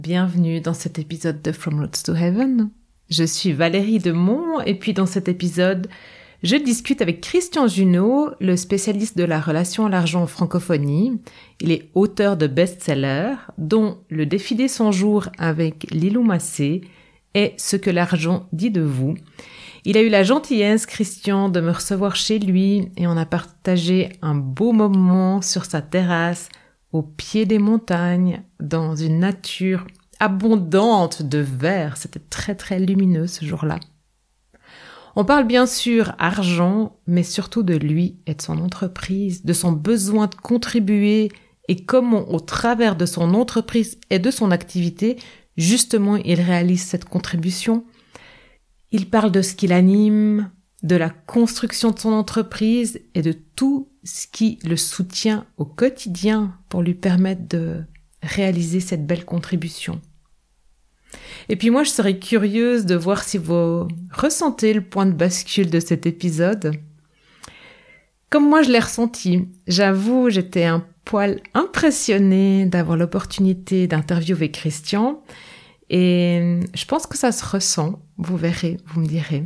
Bienvenue dans cet épisode de From Roots to Heaven. Je suis Valérie Demont et puis dans cet épisode, je discute avec Christian Junod, le spécialiste de la relation à l'argent en francophonie. Il est auteur de best-sellers, dont Le défilé 100 jours avec Lilou Massé et Ce que l'argent dit de vous. Il a eu la gentillesse, Christian, de me recevoir chez lui et on a partagé un beau moment sur sa terrasse, au pied des montagnes, dans une nature abondante de vert. C'était très très lumineux ce jour-là. On parle bien sûr argent, mais surtout de lui et de son entreprise, de son besoin de contribuer et comment au travers de son entreprise et de son activité, justement il réalise cette contribution. Il parle de ce qui l'anime, de la construction de son entreprise et de tout ce qui le soutient au quotidien pour lui permettre de réaliser cette belle contribution. Et puis moi, je serais curieuse de voir si vous ressentez le point de bascule de cet épisode. Comme moi, je l'ai ressenti. J'avoue, j'étais un poil impressionnée d'avoir l'opportunité d'interviewer Christian. Et je pense que ça se ressent. Vous verrez, vous me direz.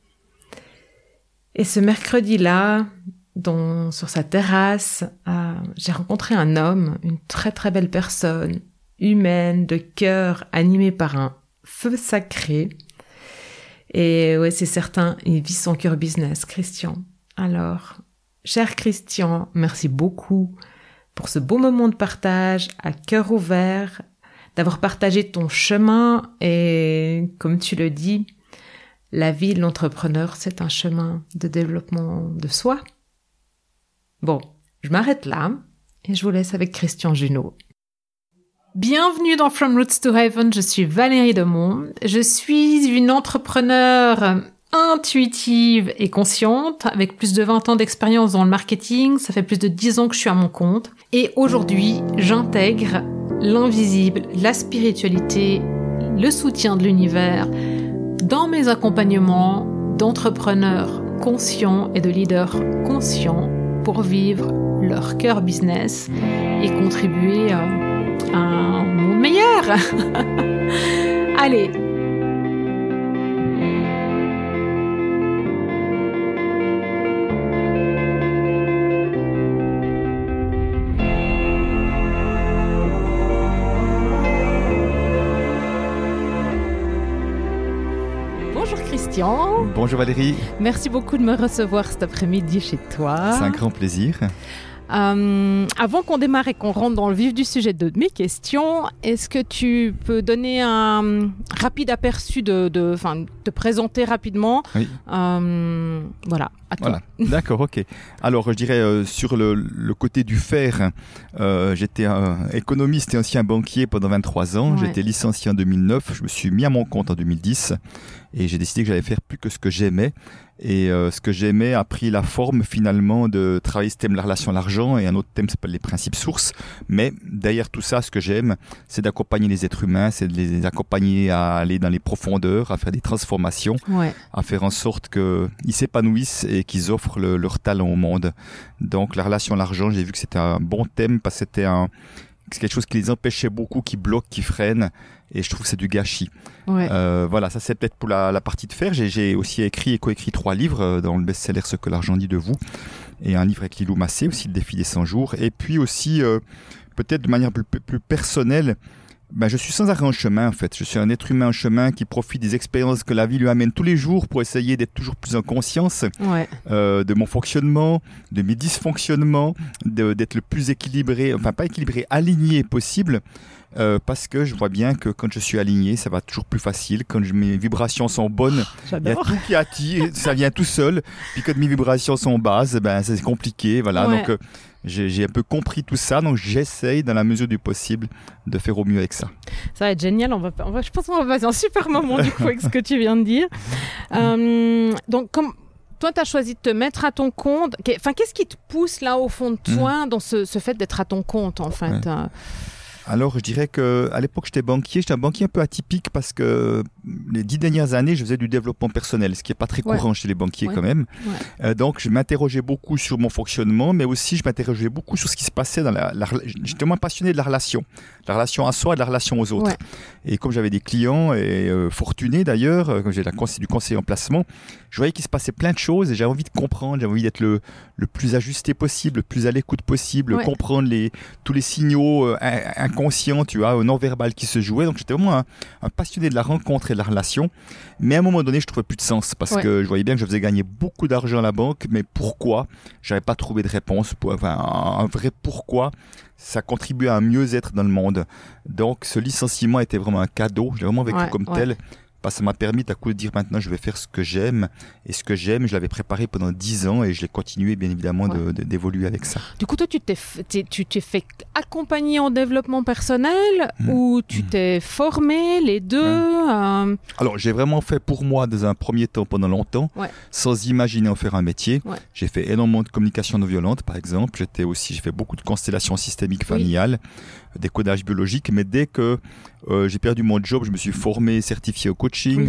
Et ce mercredi-là, sur sa terrasse, j'ai rencontré un homme, une très très belle personne, humaine, de cœur, animée par un feu sacré. Et ouais, c'est certain, il vit son cœur business, Christian. Alors, cher Christian, merci beaucoup pour ce beau moment de partage à cœur ouvert, d'avoir partagé ton chemin et, comme tu le dis, la vie de l'entrepreneur, c'est un chemin de développement de soi. Bon, je m'arrête là et je vous laisse avec Christian Junod. Bienvenue dans From Roots to Heaven, je suis Valérie Demont. Je suis une entrepreneure intuitive et consciente avec plus de 20 ans d'expérience dans le marketing. Ça fait plus de 10 ans que je suis à mon compte. Et aujourd'hui, j'intègre l'invisible, la spiritualité, le soutien de l'univers dans mes accompagnements d'entrepreneurs conscients et de leaders conscients pour vivre leur cœur business et contribuer à un monde meilleur. Allez. Bonjour Christian. Bonjour Valérie. Merci beaucoup de me recevoir cet après-midi chez toi. C'est un grand plaisir. Avant qu'on démarre et qu'on rentre dans le vif du sujet de mes questions, est-ce que tu peux donner un rapide aperçu te présenter rapidement? Oui. Voilà, à toi. Voilà. D'accord, ok. Alors, je dirais sur le côté du faire, j'étais économiste et ancien banquier pendant 23 ans. Ouais. J'ai été licencié en 2009. Je me suis mis à mon compte en 2010 et j'ai décidé que j'allais faire plus que ce que j'aimais. Et ce que j'aimais a pris la forme finalement de travailler ce thème de la relation à l'argent, et un autre thème s'appelle les principes sources. Mais derrière tout ça, ce que j'aime, c'est d'accompagner les êtres humains, c'est de les accompagner à aller dans les profondeurs, à faire des transformations, ouais, à faire en sorte qu'ils s'épanouissent et qu'ils offrent leur talent au monde. Donc la relation à l'argent, j'ai vu que c'était un bon thème parce que c'est quelque chose qui les empêchait beaucoup, qui bloque, qui freine, et je trouve que c'est du gâchis. Ouais. Voilà, ça c'est peut-être pour la partie de faire. J'ai aussi écrit et coécrit 3 livres dans le best-seller Ce que l'argent dit de vous, et un livre avec Lilou Massé aussi, Le défilé 100 jours, et puis aussi peut-être de manière plus personnelle. Je suis sans arrêt en chemin en fait. Je suis un être humain en chemin qui profite des expériences que la vie lui amène tous les jours pour essayer d'être toujours plus en conscience, ouais, de mon fonctionnement, de mes dysfonctionnements, d'être le plus équilibré, enfin pas équilibré, aligné possible. Parce que je vois bien que quand je suis aligné, ça va toujours plus facile. Quand mes vibrations sont bonnes, il y a tout qui attire, ça vient tout seul. Puis quand mes vibrations sont basses, c'est compliqué. Voilà. Ouais. Donc j'ai un peu compris tout ça. Donc j'essaye, dans la mesure du possible, de faire au mieux avec ça. Ça va être génial. Je pense qu'on va passer un super moment du coup avec ce que tu viens de dire. Donc comme toi, tu as choisi de te mettre à ton compte. Qu'est-ce qui te pousse là au fond de toi dans ce fait d'être à ton compte en fait? Ouais. Alors, je dirais qu'à l'époque, j'étais un banquier un peu atypique parce que les 10 dernières années, je faisais du développement personnel, ce qui n'est pas très courant chez les banquiers quand même. Donc, je m'interrogeais beaucoup sur mon fonctionnement, mais aussi je m'interrogeais beaucoup sur ce qui se passait dans j'étais moins passionné de la relation à soi et de la relation aux autres. Et comme j'avais des clients, et fortunés d'ailleurs, comme j'ai du conseil en placement, je voyais qu'il se passait plein de choses et j'avais envie de comprendre, j'avais envie d'être le plus ajusté possible, le plus à l'écoute possible, comprendre tous les signaux inconscients, tu vois, non-verbal qui se jouaient. Donc j'étais vraiment un passionné de la rencontre et de la relation. Mais à un moment donné, je trouvais plus de sens parce que je voyais bien que je faisais gagner beaucoup d'argent à la banque, mais pourquoi ? J'avais pas trouvé de réponse, un vrai pourquoi. Ça contribuait à un mieux-être dans le monde. Donc ce licenciement était vraiment un cadeau. Je l'ai vraiment vécu comme tel. Ça m'a permis d'un coup de dire maintenant je vais faire ce que j'aime, et ce que j'aime je l'avais préparé pendant 10 ans et je l'ai continué bien évidemment d'évoluer avec ça. Du coup toi tu t'es fait accompagner en développement personnel ou tu t'es formé, les deux Alors j'ai vraiment fait pour moi dans un premier temps pendant longtemps sans imaginer en faire un métier. J'ai fait énormément de communication non violente par exemple, j'ai fait beaucoup de constellations systémiques familiales, des codages biologiques, mais dès que j'ai perdu mon job, je me suis formé, certifié au coaching,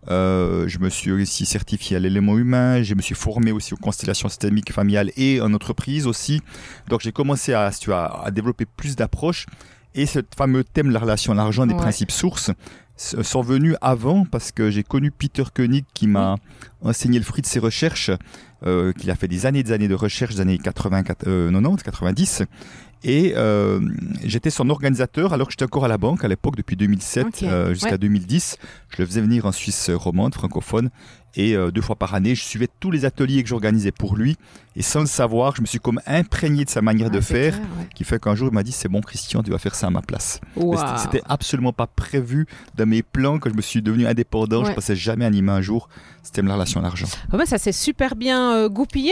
je me suis aussi certifié à l'élément humain, je me suis formé aussi aux constellations systémiques familiales et en entreprise aussi. Donc j'ai commencé à développer plus d'approches et ce fameux thème de la relation à l'argent, des principes sources, sont venus avant parce que j'ai connu Peter Koenig qui m'a enseigné le fruit de ses recherches, qu'il a fait des années de recherches des années 90, 90. Et j'étais son organisateur alors que j'étais encore à la banque à l'époque depuis 2007 jusqu'à 2010. Je le faisais venir en Suisse romande, francophone. Et 2 fois par année, je suivais tous les ateliers que j'organisais pour lui. Et sans le savoir, je me suis comme imprégné de sa manière de faire, qui fait qu'un jour, il m'a dit, c'est bon Christian, tu vas faire ça à ma place. Wow. C'était absolument pas prévu dans mes plans que je me suis devenu indépendant. Je ne pensais jamais animer un jour. C'était la relation à l'argent. Ça s'est super bien goupillé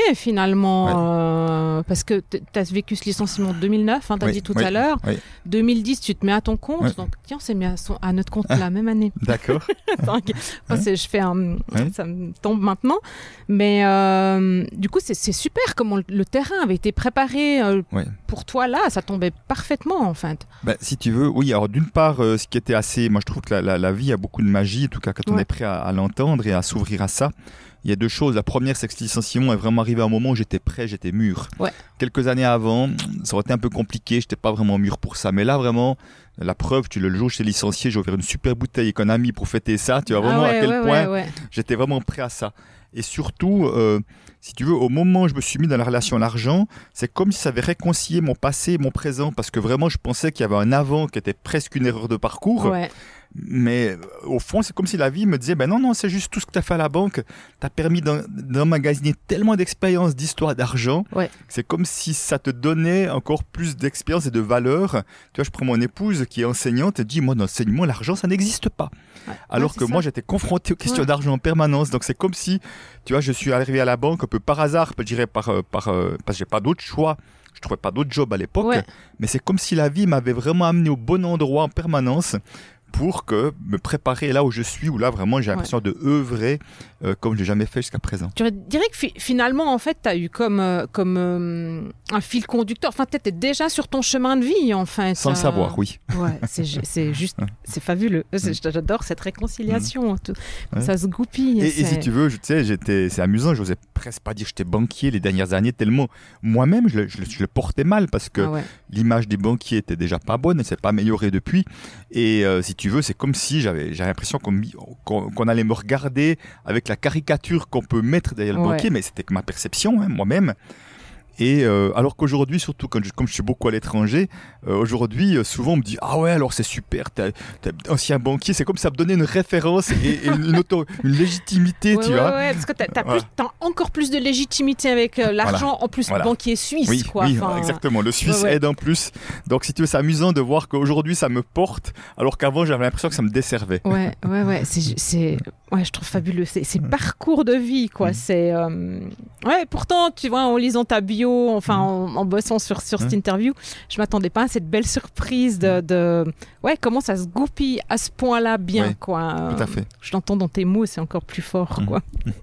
finalement. Parce que tu as vécu ce licenciement en 2009, tu as dit tout à l'heure. 2010, tu te mets à ton compte. Donc, tiens, on s'est mis à notre compte la même année. D'accord. Donc, je fais ça me tombe maintenant. Mais du coup, c'est super comment le terrain avait été préparé pour toi là. Ça tombait parfaitement en fait. Si tu veux, oui. Alors d'une part, ce qui était assez... Moi, je trouve que la vie a beaucoup de magie, en tout cas quand on est prêt à l'entendre et à s'ouvrir à ça. Il y a 2 choses. La première, c'est que ce licenciement est vraiment arrivé à un moment où j'étais prêt, j'étais mûr. Quelques années avant, ça aurait été un peu compliqué, j'étais pas vraiment mûr pour ça. Mais là, vraiment, la preuve, le jour où j'étais licencié, j'ai ouvert une super bouteille avec un ami pour fêter ça. Tu vois vraiment à quel point j'étais vraiment prêt à ça. Et surtout, si tu veux, au moment où je me suis mis dans la relation à l'argent, c'est comme si ça avait réconcilié mon passé et mon présent. Parce que vraiment, je pensais qu'il y avait un avant qui était presque une erreur de parcours. Mais au fond, c'est comme si la vie me disait non, c'est juste tout ce que tu as fait à la banque. Tu as permis d'emmagasiner tellement d'expériences, d'histoire, d'argent. C'est comme si ça te donnait encore plus d'expérience et de valeur. Tu vois, je prends mon épouse qui est enseignante et dit, moi, dans l'enseignement, l'argent, ça n'existe pas. Alors que moi, j'étais confronté aux questions d'argent en permanence. Donc, c'est comme si, tu vois, je suis arrivé à la banque un peu par hasard, je dirais parce que j'ai pas d'autre choix. Je trouvais pas d'autre job à l'époque. Mais c'est comme si la vie m'avait vraiment amené au bon endroit en permanence pour me préparer là où je suis, où là vraiment j'ai l'impression de œuvrer comme je n'ai jamais fait jusqu'à présent. Tu dirais que finalement, en fait, tu as eu comme un fil conducteur. Enfin, tu étais déjà sur ton chemin de vie, en fait. Sans le savoir, oui. C'est juste, c'est fabuleux. J'adore cette réconciliation. Ça se goupille. Et si tu veux, c'est amusant, je n'osais presque pas dire que j'étais banquier les dernières années, tellement moi-même, je le portais mal parce que l'image des banquiers était déjà pas bonne, elle ne s'est pas améliorée depuis. Et si tu veux, c'est comme si j'avais l'impression qu'on allait me regarder avec la caricature qu'on peut mettre derrière le banquier, mais c'était que ma perception, moi-même. Et alors qu'aujourd'hui, surtout comme je suis beaucoup à l'étranger, aujourd'hui, souvent on me dit « Ah ouais, alors c'est super, t'es ancien banquier », c'est comme ça me donnait une référence et une légitimité, tu vois. Parce que t'as encore plus de légitimité avec l'argent, en plus banquier suisse. Oui, exactement, le suisse aide en plus. Donc si tu veux, c'est amusant de voir qu'aujourd'hui ça me porte, alors qu'avant j'avais l'impression que ça me desservait. Je trouve fabuleux, c'est parcours de vie, quoi. C'est pourtant, tu vois, en lisant ta bio, en bossant sur cette interview, je m'attendais pas à cette belle surprise de comment ça se goupille à ce point-là bien, quoi. Tout à fait. Je l'entends dans tes mots, c'est encore plus fort, quoi.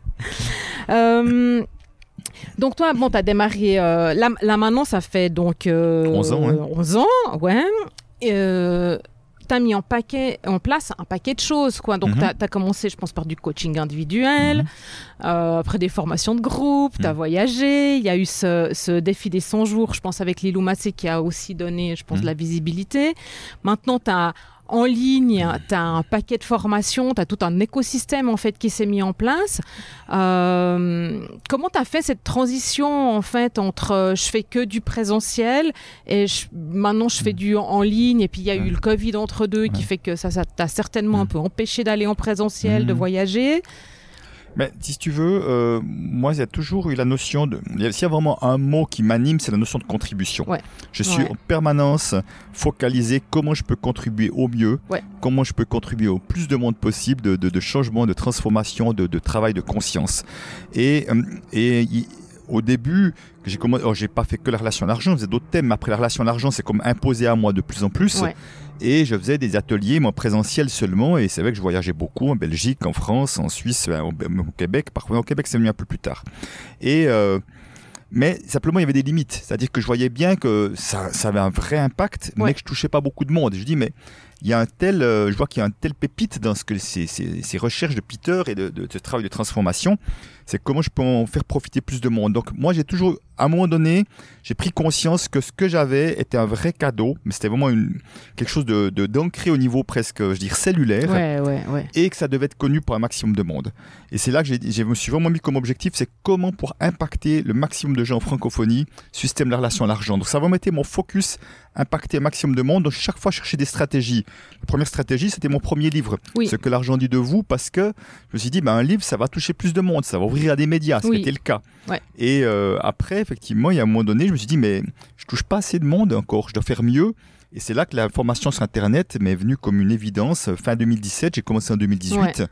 Donc toi, tu as démarré là maintenant, ça fait donc 11 ans, 11 ans, tu as mis en place un paquet de choses, quoi. Donc, tu as commencé, je pense, par du coaching individuel, après des formations de groupe, tu as voyagé, il y a eu ce défi des 100 jours, je pense, avec Lilou Massé, qui a aussi donné, je pense, de la visibilité. Maintenant, tu as en ligne, tu as un paquet de formations, tu as tout un écosystème en fait qui s'est mis en place. Comment tu as fait cette transition en fait entre je fais que du présentiel et maintenant je fais du en ligne, et puis il y a eu le Covid entre deux qui fait que ça t'a certainement un peu empêché d'aller en présentiel, de voyager. Mais si tu veux, moi, il y a toujours eu la notion s'il y a vraiment un mot qui m'anime, c'est la notion de contribution. Ouais. Je suis en permanence focalisé comment je peux contribuer au mieux, comment je peux contribuer au plus de monde possible, de changement, de transformation, de travail de conscience. Et au début, j'ai pas fait que la relation à l'argent, je faisais d'autres thèmes, mais après la relation à l'argent, c'est comme imposé à moi de plus en plus. Ouais. Et je faisais des ateliers, moi, présentiels seulement. Et c'est vrai que je voyageais beaucoup en Belgique, en France, en Suisse, au Québec. Parfois, au Québec, c'est venu un peu plus tard. Mais simplement, il y avait des limites. C'est-à-dire que je voyais bien que ça avait un vrai impact, mais que je touchais pas beaucoup de monde. Et je dis, mais il y a je vois qu'il y a un tel pépite dans ces recherches de Peter et de ce travail de transformation. C'est comment je peux en faire profiter plus de monde. Donc, moi, j'ai toujours, à un moment donné, j'ai pris conscience que ce que j'avais était un vrai cadeau, mais c'était vraiment quelque chose d'ancré au niveau presque, je dirais, cellulaire, et que ça devait être connu par un maximum de monde. Et c'est là que je me suis vraiment mis comme objectif, c'est comment pour impacter le maximum de gens en francophonie, système de la relation à l'argent. Donc, ça a vraiment été mon focus, impacter un maximum de monde. Donc, chaque fois, je cherchais des stratégies. La première stratégie, c'était mon premier livre, Ce que l'argent dit de vous, parce que je me suis dit, un livre, ça va toucher plus de monde, ça va ouvrir à des médias, ce qui était le cas. Ouais. Et après, effectivement, il y a un moment donné, je me suis dit, mais je touche pas assez de monde encore, je dois faire mieux. Et c'est là que la formation sur Internet m'est venue comme une évidence. Fin 2017, j'ai commencé en 2018.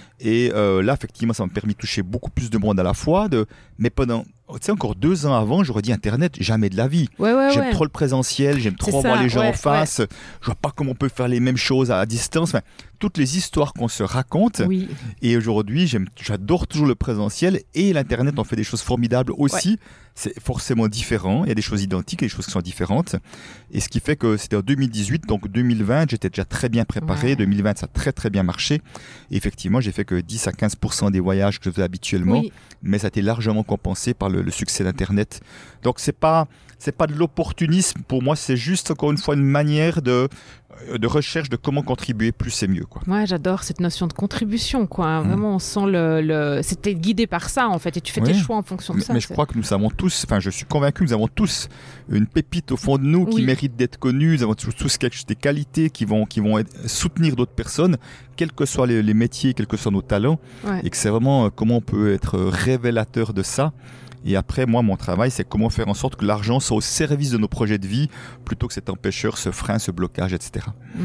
Et là, effectivement, ça m'a permis de toucher beaucoup plus de monde à la fois. Mais pendant, encore 2 ans avant, j'aurais dit Internet, jamais de la vie. J'aime trop le présentiel, j'aime trop voir les gens en face. Je vois pas comment on peut faire les mêmes choses à distance. Enfin, toutes les histoires qu'on se raconte. Oui. Et aujourd'hui, j'adore toujours le présentiel, et l'Internet en fait des choses formidables aussi. C'est forcément différent. Il y a des choses identiques et des choses qui sont différentes. Et ce qui fait que c'était en 2018, donc 2020, j'étais déjà très bien préparé. 2020, ça a très très bien marché. Et effectivement, j'ai fait que 10 à 15% des voyages que je faisais habituellement, mais ça a été largement compensé par le succès d'Internet. Donc c'est pas de l'opportunisme. Pour moi, c'est juste encore une fois une manière de recherche de comment contribuer plus et mieux, quoi. Ouais, j'adore cette notion de contribution, quoi. Vraiment, on sent c'était guidé par ça, en fait, et tu fais tes choix en fonction de ça. Mais je crois que nous avons tous, je suis convaincu, nous avons tous une pépite au fond de nous qui mérite d'être connue. Nous avons tous des qualités qui vont soutenir d'autres personnes, quels que soient les métiers, quels que soient nos talents, et que c'est vraiment comment on peut être révélateur de ça. Et après, moi, mon travail, c'est comment faire en sorte que l'argent soit au service de nos projets de vie, plutôt que cet empêcheur, ce frein, ce blocage, etc.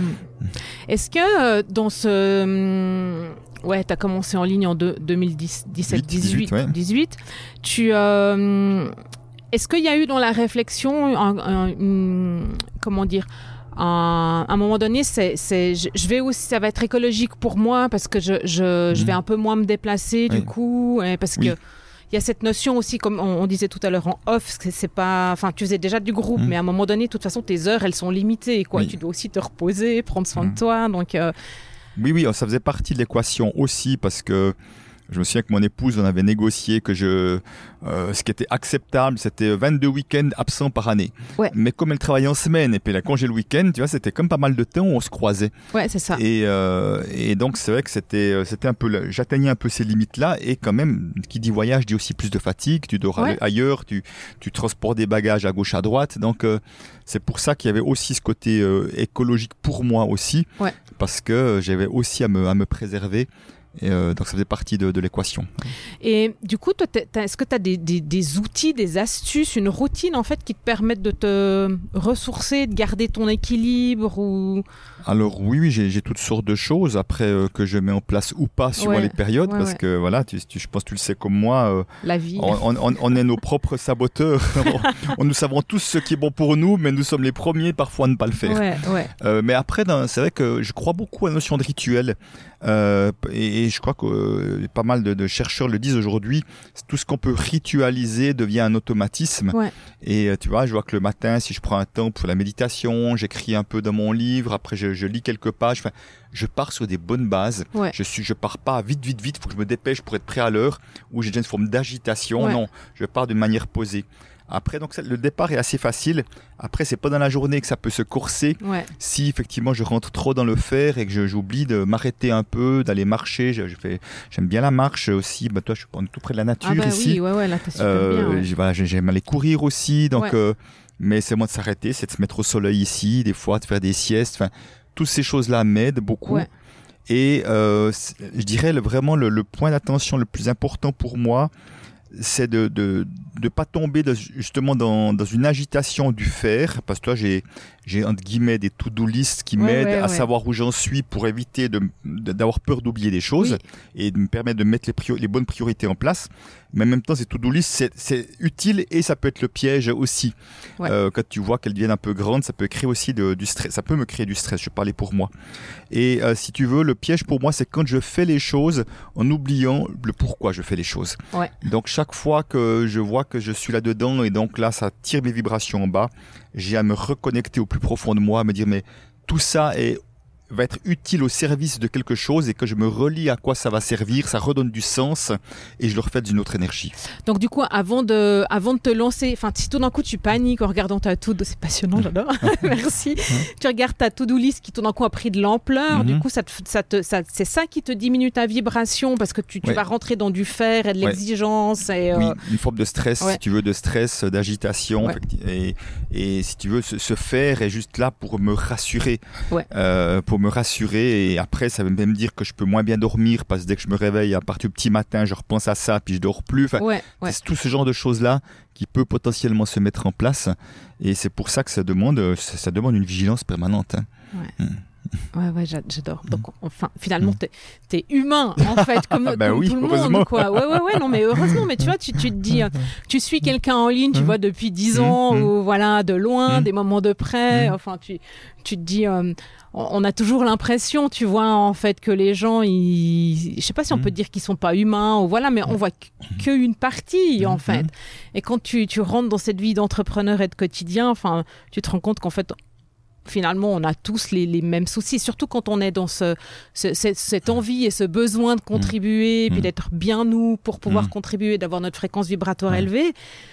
Est-ce que dans ce... tu as commencé en ligne en 2017-18. Est-ce qu'il y a eu dans la réflexion, comment dire, à un moment donné, je vais aussi, ça va être écologique pour moi, parce que je vais un peu moins me déplacer, du coup, parce que il y a cette notion aussi, comme on disait tout à l'heure en off, c'est pas, enfin, tu faisais déjà du groupe, mais à un moment donné, de toute façon, tes heures, elles sont limitées, quoi. Tu dois aussi te reposer, prendre soin de toi, donc. Oui, ça faisait partie de l'équation aussi, parce que je me souviens que mon épouse, on avait négocié que ce qui était acceptable, c'était 22 week-ends absents par année. Ouais. Mais comme elle travaillait en semaine, et puis elle a congé le week-end, tu vois, c'était comme pas mal de temps où on se croisait. Ouais, c'est ça. Et donc, c'est vrai que c'était un peu, j'atteignais un peu ces limites-là, et quand même, qui dit voyage dit aussi plus de fatigue, tu dors ailleurs, tu transportes des bagages à gauche, à droite, donc c'est pour ça qu'il y avait aussi ce côté écologique pour moi aussi, parce que j'avais aussi à me préserver. Et donc ça faisait partie de l'équation. Et du coup, toi, est-ce que tu as des outils, des astuces, une routine en fait qui te permettent de te ressourcer, de garder ton équilibre ou... Alors oui, j'ai toutes sortes de choses après que je mets en place ou pas suivant les périodes, parce que voilà, je pense que tu le sais comme moi, la vie. On est nos propres saboteurs. Nous savons tous ce qui est bon pour nous, mais nous sommes les premiers parfois à ne pas le faire. Mais après, c'est vrai que je crois beaucoup à la notion de rituel, et et je crois que pas mal de chercheurs le disent aujourd'hui, tout ce qu'on peut ritualiser devient un automatisme. Ouais. Et tu vois, je vois que le matin, si je prends un temps pour la méditation, j'écris un peu dans mon livre, après je lis quelques pages, enfin, je pars sur des bonnes bases. Ouais. Je pars pas vite, faut que je me dépêche pour être prêt à l'heure, où j'ai déjà une forme d'agitation. Ouais. Non, je pars d'une manière posée. Après, donc le départ est assez facile. Après, c'est pas dans la journée que ça peut se corser. Ouais. Si effectivement je rentre trop dans le faire et que j'oublie de m'arrêter un peu, d'aller marcher. J'aime bien la marche aussi. Bah, toi, je suis pas tout près de la nature ici. Oui, là, t'es super bien. Voilà, j'aime aller courir aussi. Donc, mais c'est moi de s'arrêter, c'est de se mettre au soleil ici, des fois de faire des siestes. Enfin, toutes ces choses-là m'aident beaucoup. Ouais. Et je dirais vraiment le point d'attention le plus important pour moi, c'est de pas tomber justement dans une agitation du faire, parce que toi j'ai entre guillemets des to-do list qui m'aident à savoir où j'en suis pour éviter d'avoir peur d'oublier des choses et de me permettre de mettre les bonnes priorités en place. Mais en même temps, ces to-do list, c'est utile et ça peut être le piège aussi. Quand tu vois qu'elles deviennent un peu grandes, ça peut créer aussi du stress. Ça peut me créer du stress, je parlais pour moi. Et si tu veux, le piège pour moi, c'est quand je fais les choses en oubliant le pourquoi je fais les choses. Ouais. Donc chaque fois que je vois que je suis là-dedans et donc là, ça tire mes vibrations en bas, j'ai à me reconnecter au plus profond de moi, à me dire mais tout ça va être utile au service de quelque chose et que je me relie à quoi ça va servir, ça redonne du sens et je le refais d'une autre énergie. Donc du coup, avant de te lancer, enfin si tout d'un coup tu paniques en regardant ta to-do, c'est passionnant, j'adore, merci, tu regardes ta to-do list qui tout d'un coup a pris de l'ampleur, du coup c'est ça qui te diminue ta vibration parce que tu vas rentrer dans du faire et de l'exigence. Et, Oui, une forme de stress, si tu veux, de stress, d'agitation et si tu veux, ce faire est juste là pour me rassurer, pour me rassurer et après ça veut même dire que je peux moins bien dormir parce que dès que je me réveille à partir du petit matin je repense à ça puis je dors plus, c'est tout ce genre de choses là qui peut potentiellement se mettre en place et c'est pour ça que ça demande une vigilance permanente. Ouais, j'adore. Donc, enfin, finalement, t'es humain, en fait, comme tout le monde, quoi. Ouais, non, mais heureusement, mais tu vois, tu te dis, tu suis quelqu'un en ligne, tu vois, depuis 10 ans, ou voilà, de loin, des moments de près, enfin, tu te dis, on a toujours l'impression, tu vois, en fait, que les gens, je sais pas si on peut dire qu'ils sont pas humains, ou voilà, mais on voit qu'une partie, en fait. Et quand tu rentres dans cette vie d'entrepreneur et de quotidien, enfin, tu te rends compte qu'en fait, finalement, on a tous les mêmes soucis, surtout quand on est dans cette envie et ce besoin de contribuer, puis d'être bien nous pour pouvoir contribuer, d'avoir notre fréquence vibratoire élevée.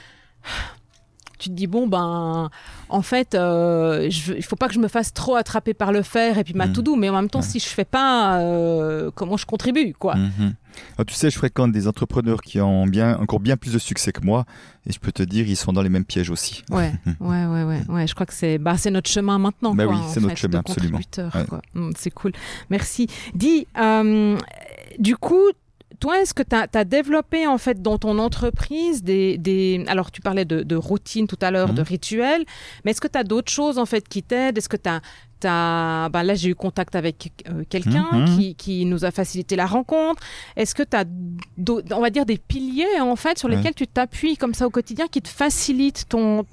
Tu te dis, bon, en fait, il faut pas que je me fasse trop attraper par le fer et puis ma to-do, mais en même temps, si je fais pas, comment je contribue, quoi. Alors, tu sais, je fréquente des entrepreneurs qui ont encore bien plus de succès que moi et je peux te dire, ils sont dans les mêmes pièges aussi. Ouais, je crois que c'est notre chemin maintenant. Oui, c'est notre chemin, absolument. Quoi. C'est cool. Merci. Dis, du coup, toi, est-ce que tu as développé en fait dans ton entreprise alors tu parlais de routine tout à l'heure, de rituels, mais est-ce que tu as d'autres choses en fait qui t'aident? Est-ce que là j'ai eu contact avec quelqu'un qui nous a facilité la rencontre. Est-ce que tu as on va dire des piliers en fait sur lesquels tu t'appuies comme ça au quotidien qui te facilitent ton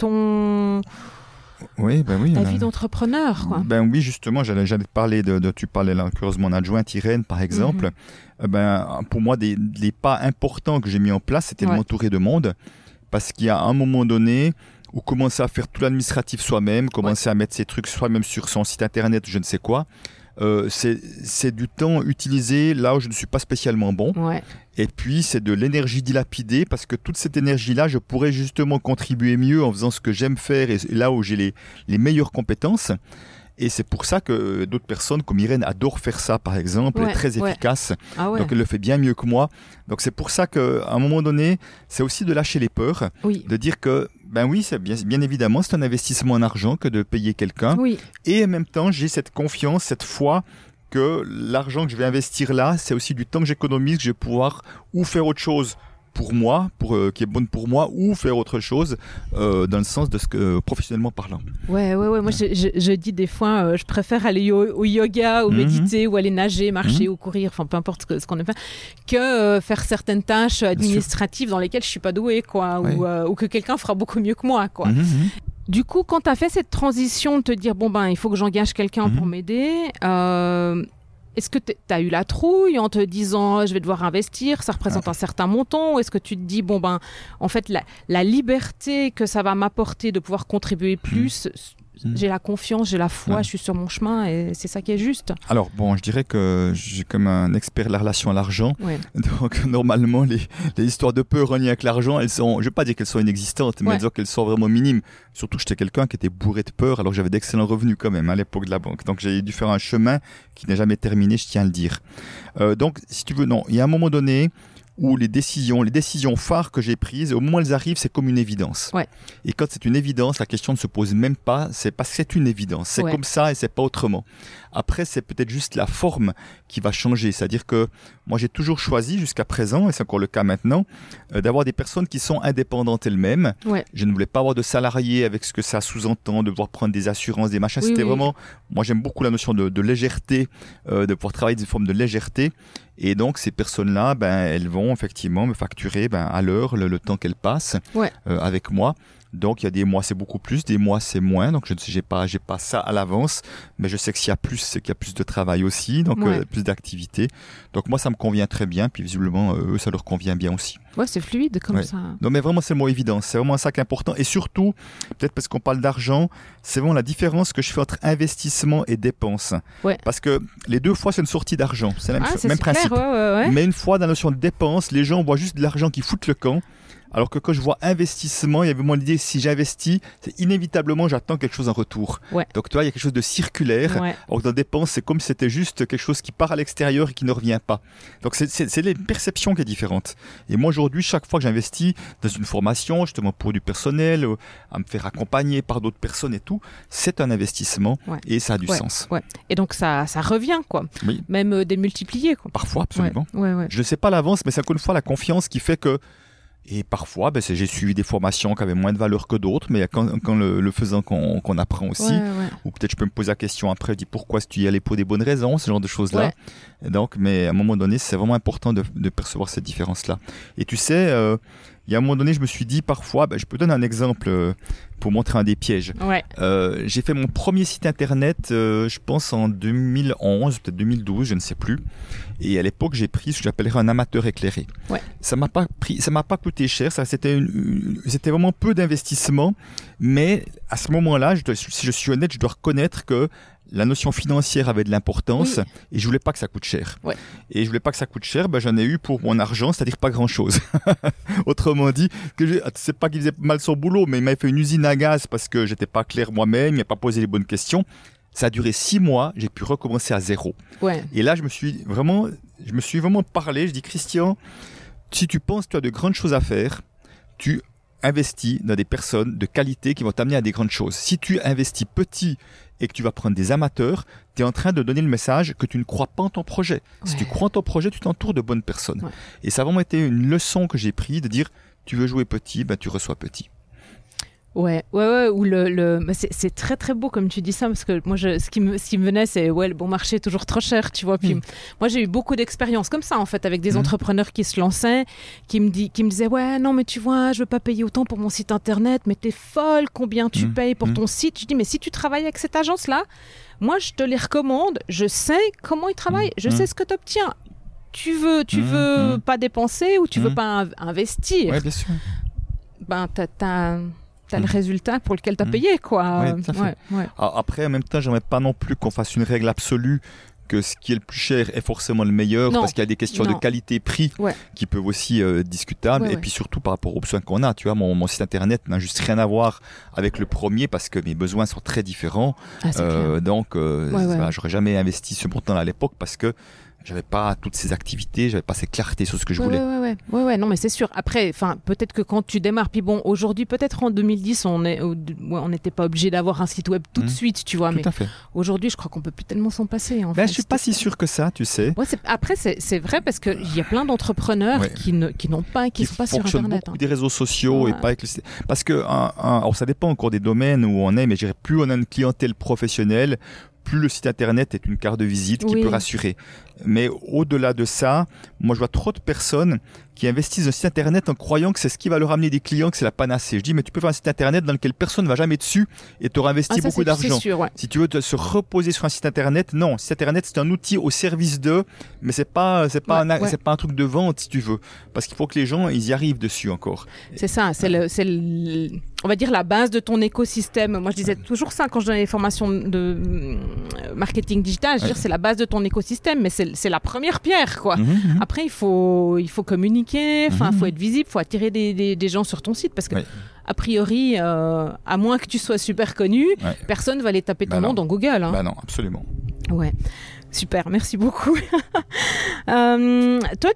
ta vie d'entrepreneur, quoi. Oui, justement, j'allais te parler tu parlais là, curieusement, mon adjointe Irène, par exemple. Pour moi, des pas importants que j'ai mis en place, c'était de m'entourer de monde. Parce qu'il y a un moment donné où commencer à faire tout l'administratif soi-même, commencer à mettre ses trucs soi-même sur son site internet, je ne sais quoi. C'est du temps utilisé là où je ne suis pas spécialement bon. Et puis, c'est de l'énergie dilapidée parce que toute cette énergie-là, je pourrais justement contribuer mieux en faisant ce que j'aime faire et là où j'ai les meilleures compétences. Et c'est pour ça que d'autres personnes comme Irène adorent faire ça, par exemple, est très efficace. Donc, elle le fait bien mieux que moi. Donc, c'est pour ça qu'à un moment donné, c'est aussi de lâcher les peurs, de dire que, c'est bien évidemment, c'est un investissement en argent que de payer quelqu'un. Et en même temps, j'ai cette confiance, cette foi que l'argent que je vais investir là, c'est aussi du temps que j'économise, que je vais pouvoir ou faire autre chose pour moi, qui est bonne pour moi, ou faire autre chose dans le sens de ce que professionnellement parlant. Ouais. Moi, je dis des fois, je préfère aller au yoga, ou méditer, ou aller nager, marcher, ou courir, enfin peu importe ce qu'on a fait, que faire certaines tâches administratives dans lesquelles je suis pas douée, quoi, ou que quelqu'un fera beaucoup mieux que moi, quoi. Du coup, quand tu as fait cette transition de te dire, il faut que j'engage quelqu'un pour m'aider, est-ce que tu as eu la trouille en te disant je vais devoir investir, ça représente un certain montant, ou est-ce que tu te dis en fait la liberté que ça va m'apporter de pouvoir contribuer plus, j'ai la confiance, j'ai la foi, je suis sur mon chemin et c'est ça qui est juste. Alors je dirais que j'ai comme un expert de la relation à l'argent. Donc normalement les histoires de peur en lien avec l'argent, elles sont, je vais pas dire qu'elles sont inexistantes, mais disons qu'elles sont vraiment minimes. Surtout que j'étais quelqu'un qui était bourré de peur alors que j'avais d'excellents revenus quand même à l'époque de la banque. Donc j'ai dû faire un chemin qui n'est jamais terminé, je tiens à le dire. Donc si tu veux, il y a un moment donné où les décisions phares que j'ai prises, au moment où elles arrivent, c'est comme une évidence. Et quand c'est une évidence, la question ne se pose même pas, c'est parce que c'est une évidence. C'est comme ça et c'est pas autrement. Après, c'est peut-être juste la forme qui va changer. C'est-à-dire que moi, j'ai toujours choisi jusqu'à présent, et c'est encore le cas maintenant, d'avoir des personnes qui sont indépendantes elles-mêmes. Je ne voulais pas avoir de salariés avec ce que ça sous-entend, de devoir prendre des assurances, des machins. C'était vraiment... Moi, j'aime beaucoup la notion de légèreté, de pouvoir travailler dans une forme de légèreté. Et donc, ces personnes-là, elles vont effectivement me facturer à l'heure le temps qu'elles passent avec moi. Donc, il y a des mois, c'est beaucoup plus, des mois, c'est moins. Donc, j'ai pas ça à l'avance, mais je sais que s'il y a plus, c'est qu'il y a plus de travail aussi, donc plus d'activité. Donc, moi, ça me convient très bien. Puis, visiblement, eux, ça leur convient bien aussi. Ouais, c'est fluide comme ça. Non, mais vraiment, c'est le mot évidence. C'est vraiment ça qui est important. Et surtout, peut-être parce qu'on parle d'argent, c'est vraiment la différence que je fais entre investissement et dépense. Parce que les deux fois, c'est une sortie d'argent. C'est le même principe. Mais une fois, dans la notion de dépense, les gens voient juste de l'argent qui fout le camp. Alors que quand je vois investissement, il y a vraiment l'idée, si j'investis, c'est inévitablement, j'attends quelque chose en retour. Donc, tu vois, il y a quelque chose de circulaire. Alors que dans dépense, c'est comme si c'était juste quelque chose qui part à l'extérieur et qui ne revient pas. Donc, c'est les perceptions qui est différente. Et moi, aujourd'hui, chaque fois que j'investis dans une formation, justement pour du personnel, à me faire accompagner par d'autres personnes et tout, c'est un investissement et ça a du sens. Et donc, ça revient, quoi. Même démultiplié, quoi. Parfois, absolument. Je ne sais pas à l'avance, mais c'est encore une fois la confiance qui fait que. Et parfois, j'ai suivi des formations qui avaient moins de valeur que d'autres, mais quand le faisant qu'on apprend aussi, ou peut-être je peux me poser la question après, je dis pourquoi est-ce que tu y allais pour des bonnes raisons, ce genre de choses-là. Et donc, mais à un moment donné, c'est vraiment important de percevoir cette différence-là. Et tu sais, il y a un moment donné, je me suis dit parfois, je peux donner un exemple pour montrer un des pièges. J'ai fait mon premier site internet, je pense en 2011, peut-être 2012, je ne sais plus. Et à l'époque, j'ai pris ce que j'appellerais un amateur éclairé. Ça m'a pas coûté cher. C'était vraiment peu d'investissement. Mais à ce moment-là, si je suis honnête, je dois reconnaître que la notion financière avait de l'importance et je voulais pas que ça coûte cher. Et je voulais pas que ça coûte cher, j'en ai eu pour mon argent, c'est-à-dire pas grand-chose. Autrement dit, c'est pas qu'il faisait mal son boulot, mais il m'avait fait une usine à gaz parce que j'étais pas clair moi-même, il m'a pas posé les bonnes questions. Ça a duré 6 mois, j'ai pu recommencer à zéro. Et là, je me suis vraiment parlé, je dis Christian, si tu penses que tu as de grandes choses à faire, tu investis dans des personnes de qualité qui vont t'amener à des grandes choses. Si tu investis petit et que tu vas prendre des amateurs, tu es en train de donner le message que tu ne crois pas en ton projet. Si tu crois en ton projet, tu t'entoures de bonnes personnes. Et ça a vraiment été une leçon que j'ai prise de dire, tu veux jouer petit, tu reçois petit. Ou c'est très très beau comme tu dis ça, parce que moi ce qui me venait, c'est le bon marché est toujours trop cher, tu vois. Puis moi j'ai eu beaucoup d'expériences comme ça en fait avec des entrepreneurs qui se lançaient, qui me disaient non mais tu vois, je veux pas payer autant pour mon site internet, mais t'es folle, combien tu payes pour ton site? Je dis mais si tu travailles avec cette agence là, moi je te les recommande, je sais comment ils travaillent, je sais ce que t'obtiens. Tu veux pas dépenser ou tu veux pas investir? Ouais, bien sûr. T'as le résultat pour lequel t'as payé, quoi. Après, en même temps, j'aimerais pas non plus qu'on fasse une règle absolue que ce qui est le plus cher est forcément le meilleur, parce qu'il y a des questions de qualité-prix qui peuvent aussi discutables, et puis surtout par rapport aux besoins qu'on a. Tu vois, mon site internet n'a juste rien à voir avec le premier parce que mes besoins sont très différents. Donc, j'aurais jamais investi ce montant-là à l'époque parce que j'avais pas toutes ces activités, j'avais pas cette clarté sur ce que je voulais. Non mais c'est sûr. Après, peut-être que quand tu démarres, puis bon, aujourd'hui, peut-être en 2010, on n'était pas obligé d'avoir un site web tout de suite, tu vois. Tout à fait. Aujourd'hui, je crois qu'on peut plus tellement s'en passer. Je suis pas si sûr que ça, tu sais. Après, c'est vrai parce que il y a plein d'entrepreneurs qui sont pas sur Internet. Beaucoup des réseaux sociaux et pas avec parce que alors ça dépend encore des domaines où on est, mais je dirais plus on a une clientèle professionnelle, plus le site internet est une carte de visite qui peut rassurer. Mais au-delà de ça, moi je vois trop de personnes qui investissent dans un site internet en croyant que c'est ce qui va leur amener des clients, que c'est la panacée. Je dis, mais tu peux faire un site internet dans lequel personne ne va jamais dessus et tu auras investi beaucoup d'argent. C'est sûr, ouais. Si tu veux se reposer sur un site internet, non. Site internet, c'est un outil au service d'eux, mais c'est pas un truc de vente, si tu veux. Parce qu'il faut que les gens, ils y arrivent dessus encore. C'est ça, on va dire la base de ton écosystème. Moi, je disais toujours ça quand je donnais les formations de marketing digital. Je veux dire, c'est la base de ton écosystème, mais c'est la première pierre, quoi. Après, il faut communiquer, il faut être visible, il faut attirer des gens sur ton site parce que, a priori, à moins que tu sois super connu, personne va aller taper ton nom dans Google. Hein. Bah non, absolument. Ouais. Super, merci beaucoup. Toi,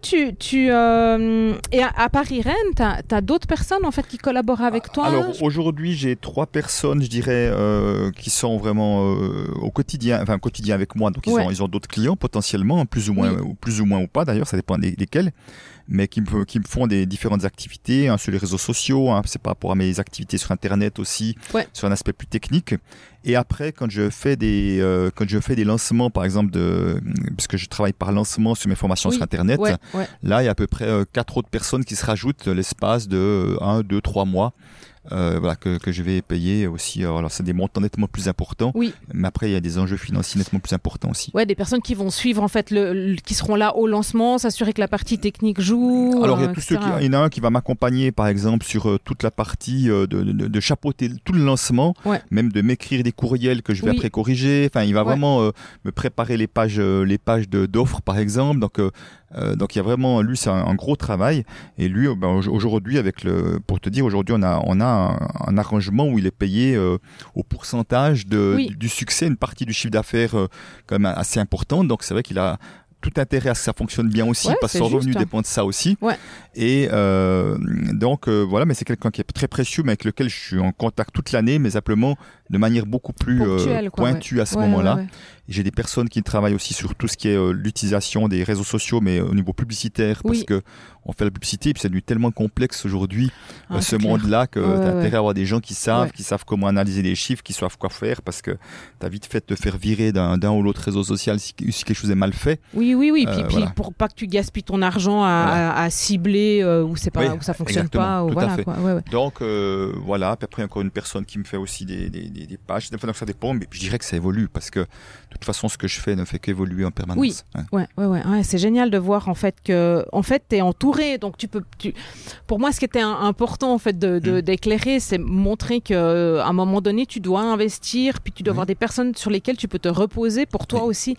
et à Paris-Rennes, t'as d'autres personnes en fait qui collaborent avec toi? Alors aujourd'hui, j'ai 3 personnes, je dirais, qui sont vraiment au quotidien avec moi. Donc ils ont d'autres clients potentiellement, plus ou moins ou pas d'ailleurs, ça dépend desquels. Mais qui me font des différentes activités sur les réseaux sociaux, c'est par rapport à mes activités sur Internet aussi, sur un aspect plus technique. Et après, quand je fais des lancements, par exemple, parce que je travaille par lancement sur mes formations sur Internet, là, il y a à peu près 4 autres personnes qui se rajoutent l'espace de 1, 2, 3 mois. Que je vais payer aussi. Alors, c'est des montants nettement plus importants. Oui. Mais après, il y a des enjeux financiers nettement plus importants aussi. Ouais, des personnes qui vont suivre, en fait, qui seront là au lancement, s'assurer que la partie technique joue. Alors, il y a il y en a un qui va m'accompagner, par exemple, sur toute la partie de chapeauter tout le lancement, même de m'écrire des courriels que je vais après corriger. Enfin, il va vraiment me préparer les pages d'offres, par exemple. Donc il y a vraiment, lui, c'est un gros travail. Et lui, aujourd'hui, pour te dire, aujourd'hui, on a un arrangement où il est payé au pourcentage du succès, une partie du chiffre d'affaires quand même assez importante. Donc c'est vrai qu'il a tout intérêt à ce que ça fonctionne bien aussi, parce que son revenu dépend de ça aussi. Et donc voilà, mais c'est quelqu'un qui est très précieux, mais avec lequel je suis en contact toute l'année, mais simplement de manière beaucoup plus pointue à ce moment-là. J'ai des personnes qui travaillent aussi sur tout ce qui est l'utilisation des réseaux sociaux, mais au niveau publicitaire, parce que on fait la publicité, et puis c'est devenu tellement complexe aujourd'hui, ce monde-là, que tu as intérêt à avoir des gens qui savent comment analyser les chiffres, qui savent quoi faire, parce que tu as vite fait de te faire virer d'un ou l'autre réseau social si quelque chose est mal fait. Oui. Puis pour pas que tu gaspilles ton argent à cibler où ça fonctionne pas. Donc voilà, puis après encore une personne qui me fait aussi des pages. Donc ça dépend, mais je dirais que ça évolue, parce que de toute façon, ce que je fais ne fait qu'évoluer en permanence. C'est génial de voir en fait que t'es entouré, donc pour moi, ce qui était important en fait d'éclairer, c'est montrer qu'à un moment donné, tu dois investir, puis tu dois avoir des personnes sur lesquelles tu peux te reposer pour toi aussi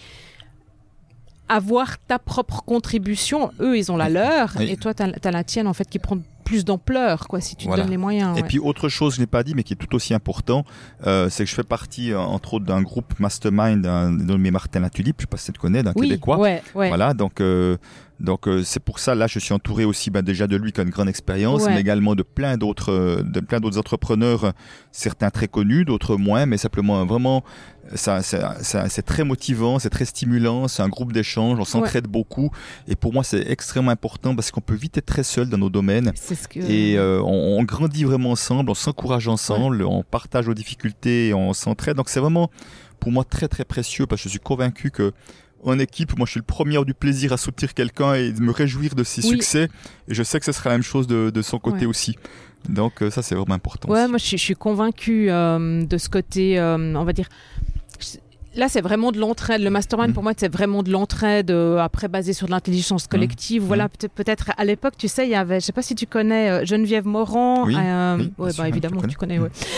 avoir ta propre contribution. Eux, ils ont la leur, et toi, t'as la tienne en fait qui prend plus d'ampleur, quoi, si tu te donnes les moyens. Et puis autre chose que je n'ai pas dit, mais qui est tout aussi important, c'est que je fais partie, entre autres, d'un groupe mastermind nommé Martin Latulippe, je ne sais pas si tu le connais, d'un Québécois. Voilà, donc c'est pour ça, là, je suis entouré aussi déjà de lui qui a une grande expérience, mais également de plein d'autres entrepreneurs, certains très connus, d'autres moins, mais simplement vraiment, c'est très motivant, c'est très stimulant, c'est un groupe d'échange, on s'entraide beaucoup, et pour moi, c'est extrêmement important parce qu'on peut vite être très seul dans nos domaines. Et on grandit vraiment ensemble, on s'encourage ensemble, on partage nos difficultés, on s'entraide. Donc c'est vraiment pour moi très très précieux, parce que je suis convaincu que en équipe, moi je suis le premier à avoir du plaisir à soutenir quelqu'un et de me réjouir de ses succès, et je sais que ce sera la même chose de son côté aussi. Donc ça c'est vraiment important. Moi je suis convaincu de ce côté, on va dire. Là, c'est vraiment de l'entraide. Le mastermind, pour moi, c'est vraiment de l'entraide, après basé sur de l'intelligence collective. Voilà, peut-être à l'époque, tu sais, il y avait, je sais pas si tu connais Geneviève Morand. Évidemment, tu connais,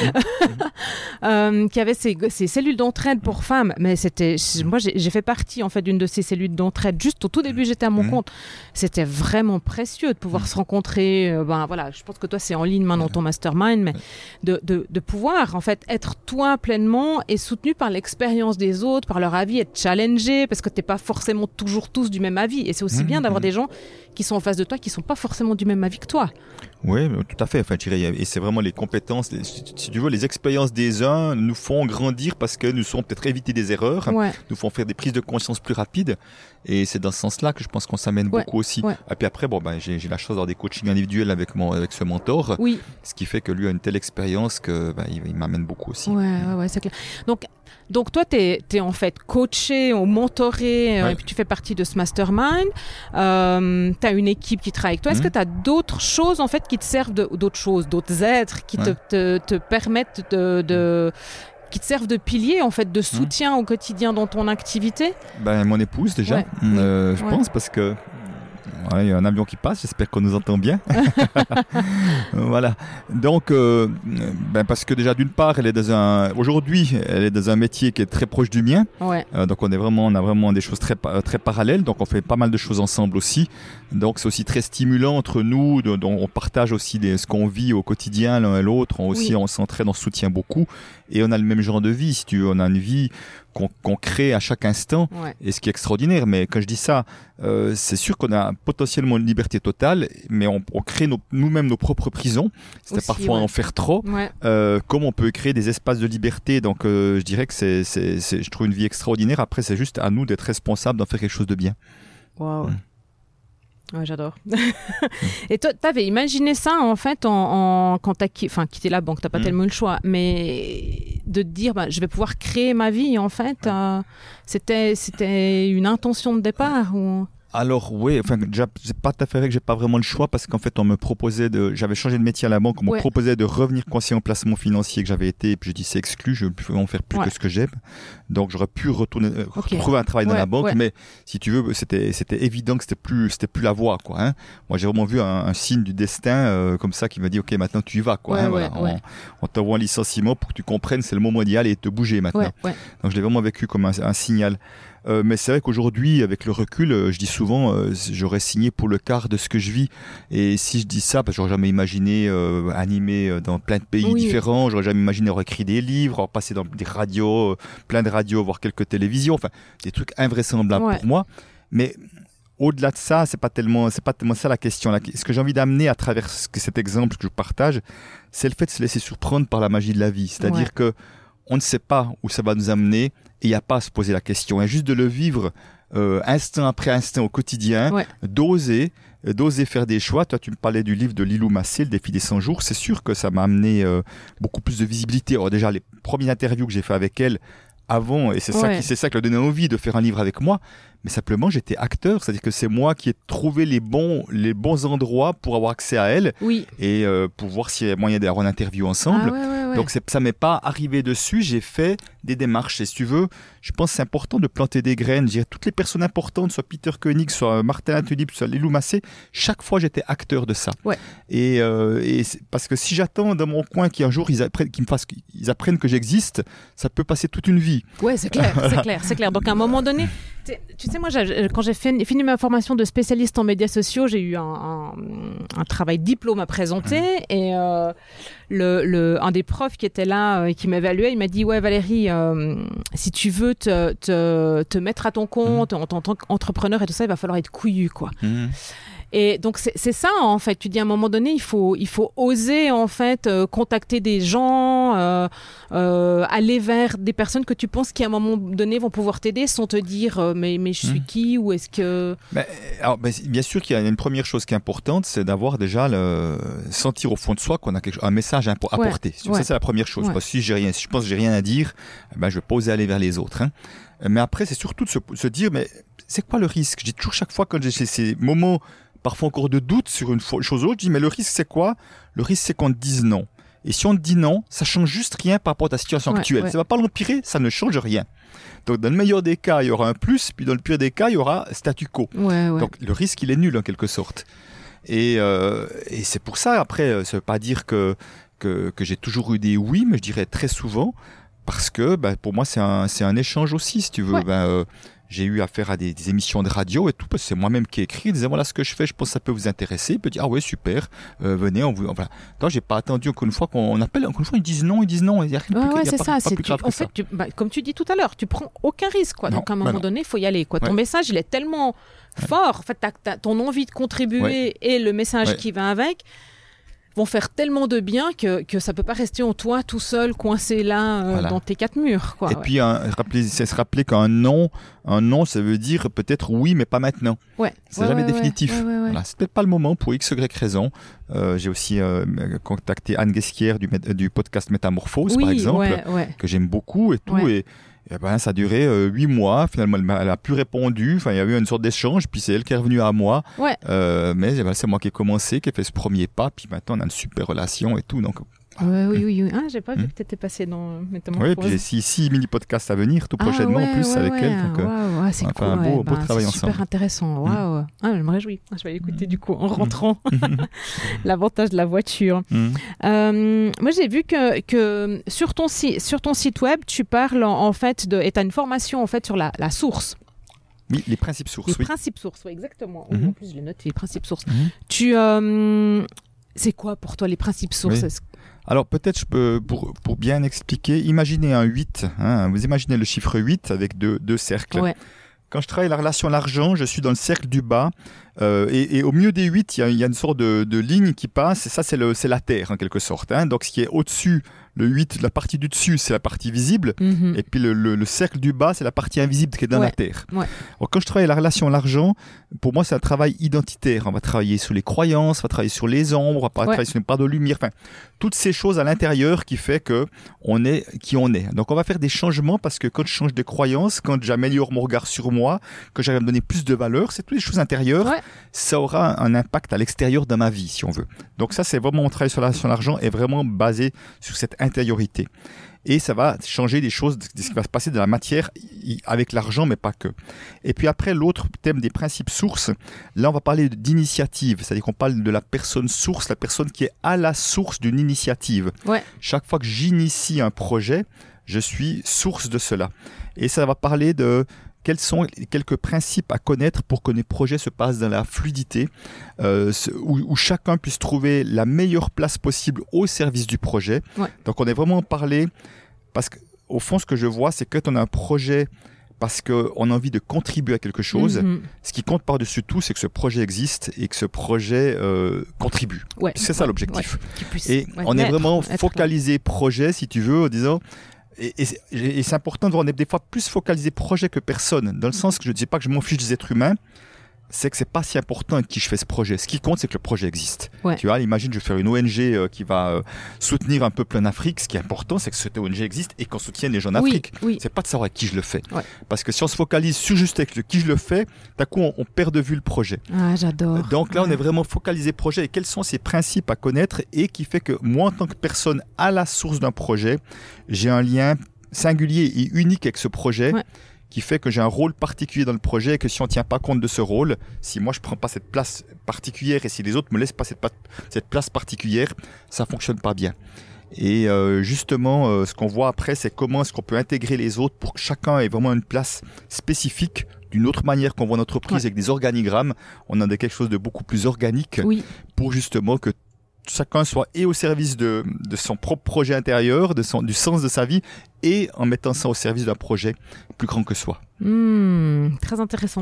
qui avait ces cellules d'entraide pour femmes. Mais moi, j'ai fait partie, en fait, d'une de ces cellules d'entraide. Juste au tout début, j'étais à mon compte. C'était vraiment précieux de pouvoir se rencontrer. Je pense que toi, c'est en ligne maintenant, ton mastermind, mais de pouvoir, en fait, être toi pleinement et soutenu par l'expérience des autres, par leur avis, être challengé, parce que t'es pas forcément toujours tous du même avis, et c'est aussi bien d'avoir des gens qui sont en face de toi qui sont pas forcément du même avis que toi. Oui, tout à fait. Enfin, je dirais, et c'est vraiment les compétences, si tu veux, les expériences des uns nous font grandir parce que nous sont peut-être éviter des erreurs, nous font faire des prises de conscience plus rapides, et c'est dans ce sens-là que je pense qu'on s'amène beaucoup aussi. Et puis après, j'ai la chance d'avoir des coachings individuels avec ce mentor, ce qui fait que lui a une telle expérience que il m'amène beaucoup aussi. C'est clair. Donc Donc toi, t'es en fait coaché ou mentoré, et puis tu fais partie de ce mastermind. T'as une équipe qui travaille avec toi. Est-ce que t'as d'autres choses en fait qui te servent d'autres êtres qui te permettent qui te servent de pilier, en fait, de soutien au quotidien dans ton activité? Mon épouse, déjà, je pense, parce que il y a un avion qui passe, j'espère qu'on nous entend bien. Voilà. Donc, parce que déjà, d'une part, aujourd'hui, elle est dans un métier qui est très proche du mien. Donc, on a vraiment des choses très parallèles. Donc, on fait pas mal de choses ensemble aussi. Donc, c'est aussi très stimulant entre nous. On partage aussi ce qu'on vit au quotidien l'un et l'autre. On s'entraide, on se soutient beaucoup. Et on a le même genre de vie, si tu veux. On a une vie qu'on crée à chaque instant, et ce qui est extraordinaire. Mais quand je dis ça, c'est sûr qu'on a potentiellement une liberté totale, mais on crée nous-mêmes nos propres prisons. C'est parfois en faire trop. Comme on peut créer des espaces de liberté. Donc, je dirais que je trouve une vie extraordinaire. Après, c'est juste à nous d'être responsables d'en faire quelque chose de bien. Waouh. Ouais, j'adore. Et toi, t'avais imaginé ça, en fait, quand t'as quitté la banque, t'as pas tellement eu le choix, mais de te dire, je vais pouvoir créer ma vie, en fait, c'était une intention de départ ou... Alors oui, c'est pas tout à fait vrai que j'ai pas vraiment le choix, parce qu'en fait on me proposait j'avais changé de métier à la banque, on me proposait de revenir conseiller en placement financier que j'avais été, et puis je dis c'est exclu, je ne peux vraiment faire plus que ce que j'aime. Donc j'aurais pu retrouver un travail dans la banque, mais si tu veux, c'était évident que c'était plus la voie, quoi. Hein. Moi j'ai vraiment vu un signe du destin comme ça qui m'a dit ok, maintenant tu y vas, quoi. On t'envoie un licenciement pour que tu comprennes, c'est le moment d'y aller et de te bouger maintenant. Donc je l'ai vraiment vécu comme un signal. Mais c'est vrai qu'aujourd'hui, avec le recul, je dis souvent, j'aurais signé pour le quart de ce que je vis. Et si je dis ça, parce que j'aurais jamais imaginé animer dans plein de pays différents, j'aurais jamais imaginé avoir écrit des livres, avoir passé dans des radios, plein de radios, voir quelques télévisions, enfin des trucs invraisemblables pour moi. Mais au-delà de ça, c'est pas tellement ça la question. Ce que j'ai envie d'amener à travers cet exemple que je partage, c'est le fait de se laisser surprendre par la magie de la vie. C'est-à-dire que on ne sait pas où ça va nous amener, et il n'y a pas à se poser la question. Et juste de le vivre instant après instant au quotidien, d'oser faire des choix. Toi, tu me parlais du livre de Lilou Massé, Le défi des 100 jours. C'est sûr que ça m'a amené beaucoup plus de visibilité. Alors déjà, les premières interviews que j'ai fait avec elle avant, et c'est ça qui lui a donné envie de faire un livre avec moi, mais simplement j'étais acteur, c'est-à-dire que c'est moi qui ai trouvé les bons endroits pour avoir accès à elle, et pour voir s'il y a moyen d'avoir une interview ensemble. Donc ça m'est pas arrivé dessus, j'ai fait des démarches. Et si tu veux, je pense que c'est important de planter des graines. Toutes les personnes importantes, soit Peter Koenig, soit Martin Latulippe, soit Lilou Massé, chaque fois j'étais acteur de ça. Et parce que si j'attends dans mon coin qu'un jour ils apprennent que j'existe, ça peut passer toute une vie. Ouais, c'est clair, c'est clair. Donc à un moment donné, tu sais, moi, quand j'ai fini ma formation de spécialiste en médias sociaux, j'ai eu un travail diplôme à présenter, et un des profs qui était là, qui m'évaluait, il m'a dit Valérie, si tu veux te mettre à ton compte en tant qu'entrepreneur et tout ça, il va falloir être couillu, quoi. Et donc c'est ça, en fait. Tu dis à un moment donné, il faut oser, en fait, contacter des gens, aller vers des personnes que tu penses qui à un moment donné vont pouvoir t'aider sans te dire mais je suis qui, ou est-ce que... bien sûr qu'il y a une première chose qui est importante, c'est d'avoir déjà sentir au fond de soi qu'on a un message à apporter. Ça, c'est la première chose. Parce que si je pense que j'ai rien à dire, je vais pas oser aller vers les autres. Hein. Mais après, c'est surtout de se dire, mais c'est quoi le risque? Je dis toujours chaque fois quand j'ai ces moments parfois encore de doute sur une chose ou autre, je dis mais le risque c'est quoi? Le risque c'est qu'on te dise non. Et si on te dit non, ça change juste rien par rapport à ta situation actuelle. Ça va pas l'empirer, ça ne change rien. Donc dans le meilleur des cas, il y aura un plus, puis dans le pire des cas, il y aura statu quo. Donc le risque il est nul en quelque sorte. Et c'est pour ça, après, ça veut pas dire que j'ai toujours eu des oui, mais je dirais très souvent, parce que pour moi c'est un échange aussi, si tu veux. J'ai eu affaire à des émissions de radio et tout, parce que c'est moi-même qui ai écrit, disais voilà ce que je fais, je pense que ça peut vous intéresser. Il peut dire super, venez, voilà. Non, j'ai pas attendu encore une fois qu'on appelle, encore une fois ils disent non, il y a rien c'est ça. En fait, comme tu dis tout à l'heure, tu prends aucun risque, quoi. Donc à un moment donné, il faut y aller, quoi. Ton message, il est tellement fort, en fait, t'as ton envie de contribuer et le message qui va avec. vont faire tellement de bien que ça peut pas rester en toi tout seul, coincé là dans tes 4 murs. Quoi, et puis, c'est se rappeler qu'un non, ça veut dire peut-être oui, mais pas maintenant. C'est jamais définitif. Voilà, c'est peut-être pas le moment pour X, Y raison. J'ai aussi contacté Anne Guesquière du podcast Métamorphose, par exemple, que j'aime beaucoup et tout. Et ben, ça a duré 8 mois. Finalement, elle a plus répondu. Enfin, il y a eu une sorte d'échange. Puis c'est elle qui est revenue à moi. Mais c'est moi qui ai commencé, qui ai fait ce premier pas. Puis maintenant, on a une super relation et tout. Donc, oui. Ah, j'ai pas vu que tu étais passé dans Métamorphose. Oui, puis j'ai 6 mini-podcasts à venir tout prochainement en plus avec elle. Donc, c'est cool. Un beau travail ensemble. C'est super intéressant. Waouh. Je me réjouis. Je vais l'écouter du coup en rentrant. L'avantage de la voiture. Moi, j'ai vu que sur ton site web, tu parles en fait et tu as une formation en fait sur la source. Oui, les principes sources. Les principes sources, oui, exactement. En plus, je les note, les principes sources. C'est quoi pour toi les principes sources? Alors peut-être pour bien expliquer, imaginez un 8, vous imaginez le chiffre 8 avec deux cercles. Quand je travaille la relation à l'argent, je suis dans le cercle du bas et au milieu des 8, il y a une sorte de ligne qui passe et ça c'est la terre en quelque sorte. Donc ce qui est au-dessus, le 8, la partie du dessus, c'est la partie visible et puis le cercle du bas, c'est la partie invisible qui est dans la terre. Alors, quand je travaille la relation à l'argent, pour moi c'est un travail identitaire. On va travailler sur les croyances, on va travailler sur les ombres, on va travailler sur les parts de lumière, enfin toutes ces choses à l'intérieur qui fait que on est qui on est. Donc on va faire des changements parce que quand je change de croyances, quand j'améliore mon regard sur moi, quand j'arrive à me donner plus de valeur, c'est toutes des choses intérieures. Ça aura un impact à l'extérieur de ma vie si on veut. Donc ça c'est vraiment mon travail sur la relation à l'argent est vraiment basé sur cette intériorité. Et ça va changer des choses, ce qui va se passer de la matière avec l'argent, mais pas que. Et puis après, l'autre thème des principes sources, là on va parler d'initiative, c'est-à-dire qu'on parle de la personne source, la personne qui est à la source d'une initiative. Chaque fois que j'initie un projet, je suis source de cela. Et ça va parler de quels sont quelques principes à connaître pour que les projets se passent dans la fluidité, où chacun puisse trouver la meilleure place possible au service du projet. Donc on est vraiment parlé, parce qu'au fond ce que je vois, c'est que quand on a un projet, parce qu'on a envie de contribuer à quelque chose, ce qui compte par-dessus tout, c'est que ce projet existe et que ce projet contribue. C'est ça l'objectif. Et on est vraiment focalisé projet, si tu veux, en disant... Et c'est important de voir, on est des fois plus focalisé projet que personne, dans le sens que je ne dis pas que je m'en fiche des êtres humains, c'est que c'est pas si important avec qui je fais ce projet. Ce qui compte, c'est que le projet existe. Tu vois, imagine, je vais faire une ONG qui va soutenir un peuple en Afrique. Ce qui est important, c'est que cette ONG existe et qu'on soutienne les gens en Afrique. C'est pas de savoir avec qui je le fais. Parce que si on se focalise sur juste avec qui je le fais, d'un coup, on perd de vue le projet. J'adore. Donc là, on est vraiment focalisé projet. Et quels sont ces principes à connaître et qui fait que moi, en tant que personne à la source d'un projet, j'ai un lien singulier et unique avec ce projet. Qui fait que j'ai un rôle particulier dans le projet et que si on ne tient pas compte de ce rôle, si moi je ne prends pas cette place particulière et si les autres ne me laissent pas cette place particulière, ça ne fonctionne pas bien. Et justement, ce qu'on voit après, c'est comment est-ce qu'on peut intégrer les autres pour que chacun ait vraiment une place spécifique d'une autre manière qu'on voit notre entreprise avec des organigrammes. On a quelque chose de beaucoup plus organique pour justement que chacun soit et au service de son propre projet intérieur, du sens de sa vie, et en mettant ça au service d'un projet plus grand que soi. Très intéressant.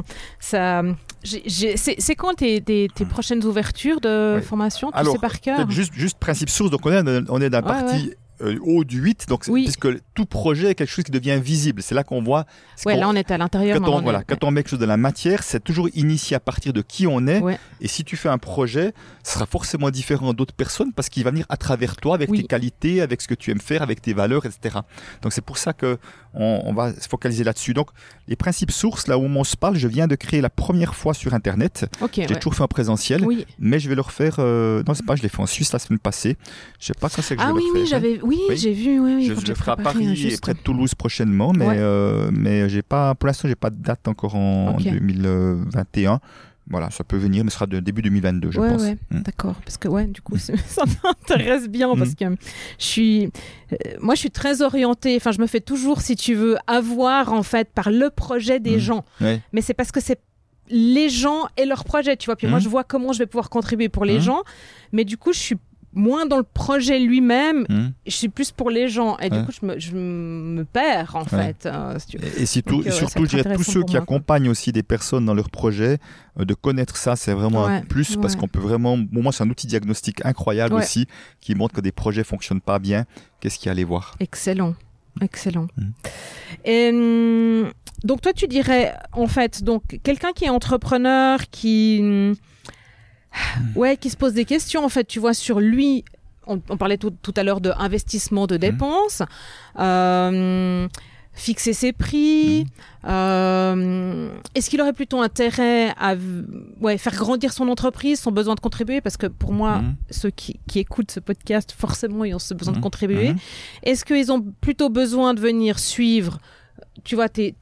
C'est quand tes prochaines ouvertures de formation? Tu sais par cœur? Juste principe source, donc on est dans la partie... haut du 8, donc puisque tout projet est quelque chose qui devient visible. C'est là qu'on voit... là on est à l'intérieur. Quand on met quelque chose de la matière, c'est toujours initié à partir de qui on est. Et si tu fais un projet, ce sera forcément différent d'autres personnes parce qu'il va venir à travers toi, avec tes qualités, avec ce que tu aimes faire, avec tes valeurs, etc. Donc c'est pour ça qu'on va se focaliser là-dessus. Donc les principes sources, là où on se parle, je viens de créer la première fois sur Internet. J'ai toujours fait en présentiel, mais je vais le refaire... non, c'est pas, je l'ai fait en Suisse la semaine passée. Je sais pas quand c'est que je vais le refaire. Oui, j'ai vu. Je le ferai à Paris et près de Toulouse prochainement, mais j'ai pas, pour l'instant, j'ai pas de date encore en 2021. Voilà, ça peut venir, mais ce sera de début 2022, je pense. D'accord. Parce que du coup, ça m'intéresse bien parce que moi, je suis très orientée. Enfin, je me fais toujours, si tu veux, avoir en fait par le projet des gens. Mais c'est parce que c'est les gens et leur projet, tu vois. Puis moi, je vois comment je vais pouvoir contribuer pour les gens, mais du coup, je suis moins dans le projet lui-même, je suis plus pour les gens. Et du coup, je me perds, en fait. Et surtout, je dirais tous ceux qui accompagnent aussi des personnes dans leur projet, de connaître ça, c'est vraiment un plus, parce qu'on peut vraiment... Bon, moi, c'est un outil diagnostique incroyable aussi, qui montre que des projets ne fonctionnent pas bien. Qu'est-ce qu'il y a à aller voir? Excellent. Et donc, toi, tu dirais, en fait, donc, quelqu'un qui est entrepreneur, qui se pose des questions, en fait, tu vois, sur lui. On parlait tout à l'heure d'investissement, de dépenses, fixer ses prix. Est-ce qu'il aurait plutôt intérêt à faire grandir son entreprise, son besoin de contribuer? Parce que pour moi, ceux qui écoutent ce podcast, forcément, ils ont ce besoin de contribuer. Est-ce qu'ils ont plutôt besoin de venir suivre, tu vois, tes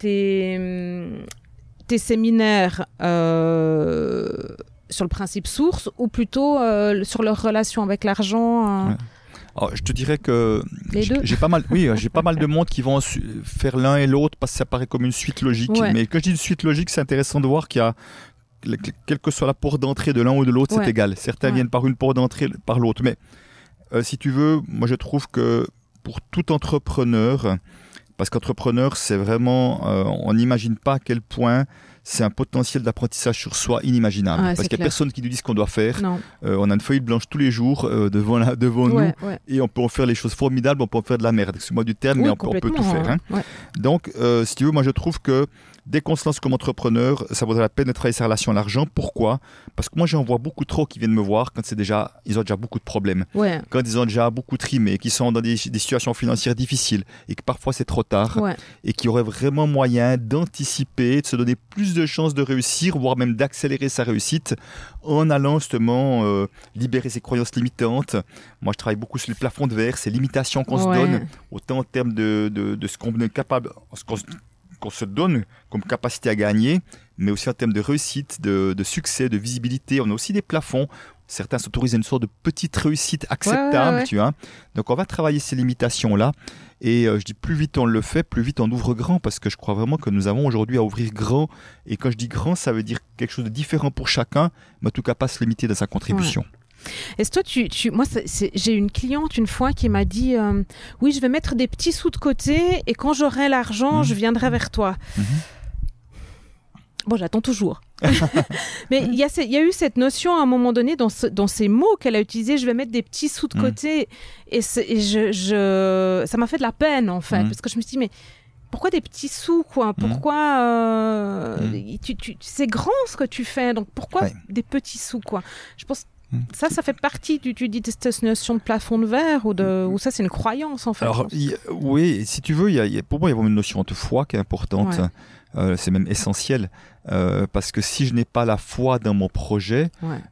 séminaires sur le principe source, ou plutôt sur leur relation avec l'argent Alors, je te dirais que j'ai pas mal de monde qui vont faire l'un et l'autre parce que ça paraît comme une suite logique. Mais quand je dis une suite logique, c'est intéressant de voir qu'il y a, quelle que soit la porte d'entrée de l'un ou de l'autre, c'est égal. Certains viennent par une porte d'entrée, par l'autre. Mais si tu veux, moi je trouve que pour tout entrepreneur, parce qu'entrepreneur, c'est vraiment, on n'imagine pas à quel point c'est un potentiel d'apprentissage sur soi inimaginable. Parce qu'il n'y a personne qui nous dit ce qu'on doit faire. On a une feuille blanche tous les jours devant nous et on peut en faire les choses formidables, on peut en faire de la merde. Excuse-moi du terme, mais on peut tout faire. Donc, si tu veux, moi je trouve que dès qu'on se lance comme entrepreneur, ça vaudrait la peine de travailler sa relation à l'argent. Pourquoi? Parce que moi, j'en vois beaucoup trop qui viennent me voir quand ils ont déjà beaucoup de problèmes. Quand ils ont déjà beaucoup trimé, qui sont dans des situations financières difficiles et que parfois c'est trop tard et qui auraient vraiment moyen d'anticiper, de se donner plus de chances de réussir, voire même d'accélérer sa réussite en allant justement libérer ses croyances limitantes. Moi, je travaille beaucoup sur le plafond de verre, ces limitations qu'on se donne, autant en termes de ce qu'on est capable, qu'on se donne comme capacité à gagner, mais aussi en termes de réussite, de succès, de visibilité. On a aussi des plafonds. Certains s'autorisent une sorte de petite réussite acceptable, tu vois. Donc, on va travailler ces limitations-là. Et je dis, plus vite on le fait, plus vite on ouvre grand, parce que je crois vraiment que nous avons aujourd'hui à ouvrir grand. Et quand je dis grand, ça veut dire quelque chose de différent pour chacun, mais en tout cas pas se limiter dans sa contribution. Est-ce que moi, j'ai une cliente une fois qui m'a dit oui, je vais mettre des petits sous de côté et quand j'aurai l'argent, je viendrai vers toi. Bon, j'attends toujours. Mais il y a eu cette notion à un moment donné dans ces mots qu'elle a utilisés, je vais mettre des petits sous de côté. Et ça m'a fait de la peine, en fait, parce que je me suis dit, mais pourquoi des petits sous, quoi? Pourquoi c'est grand ce que tu fais, donc pourquoi des petits sous, quoi? Je pense ça fait partie tu dis de cette notion de plafond de verre ou ça c'est une croyance en fait. Alors oui, si tu veux, pour moi il y a vraiment une notion de foi qui est importante. C'est même essentiel parce que si je n'ai pas la foi dans mon projet,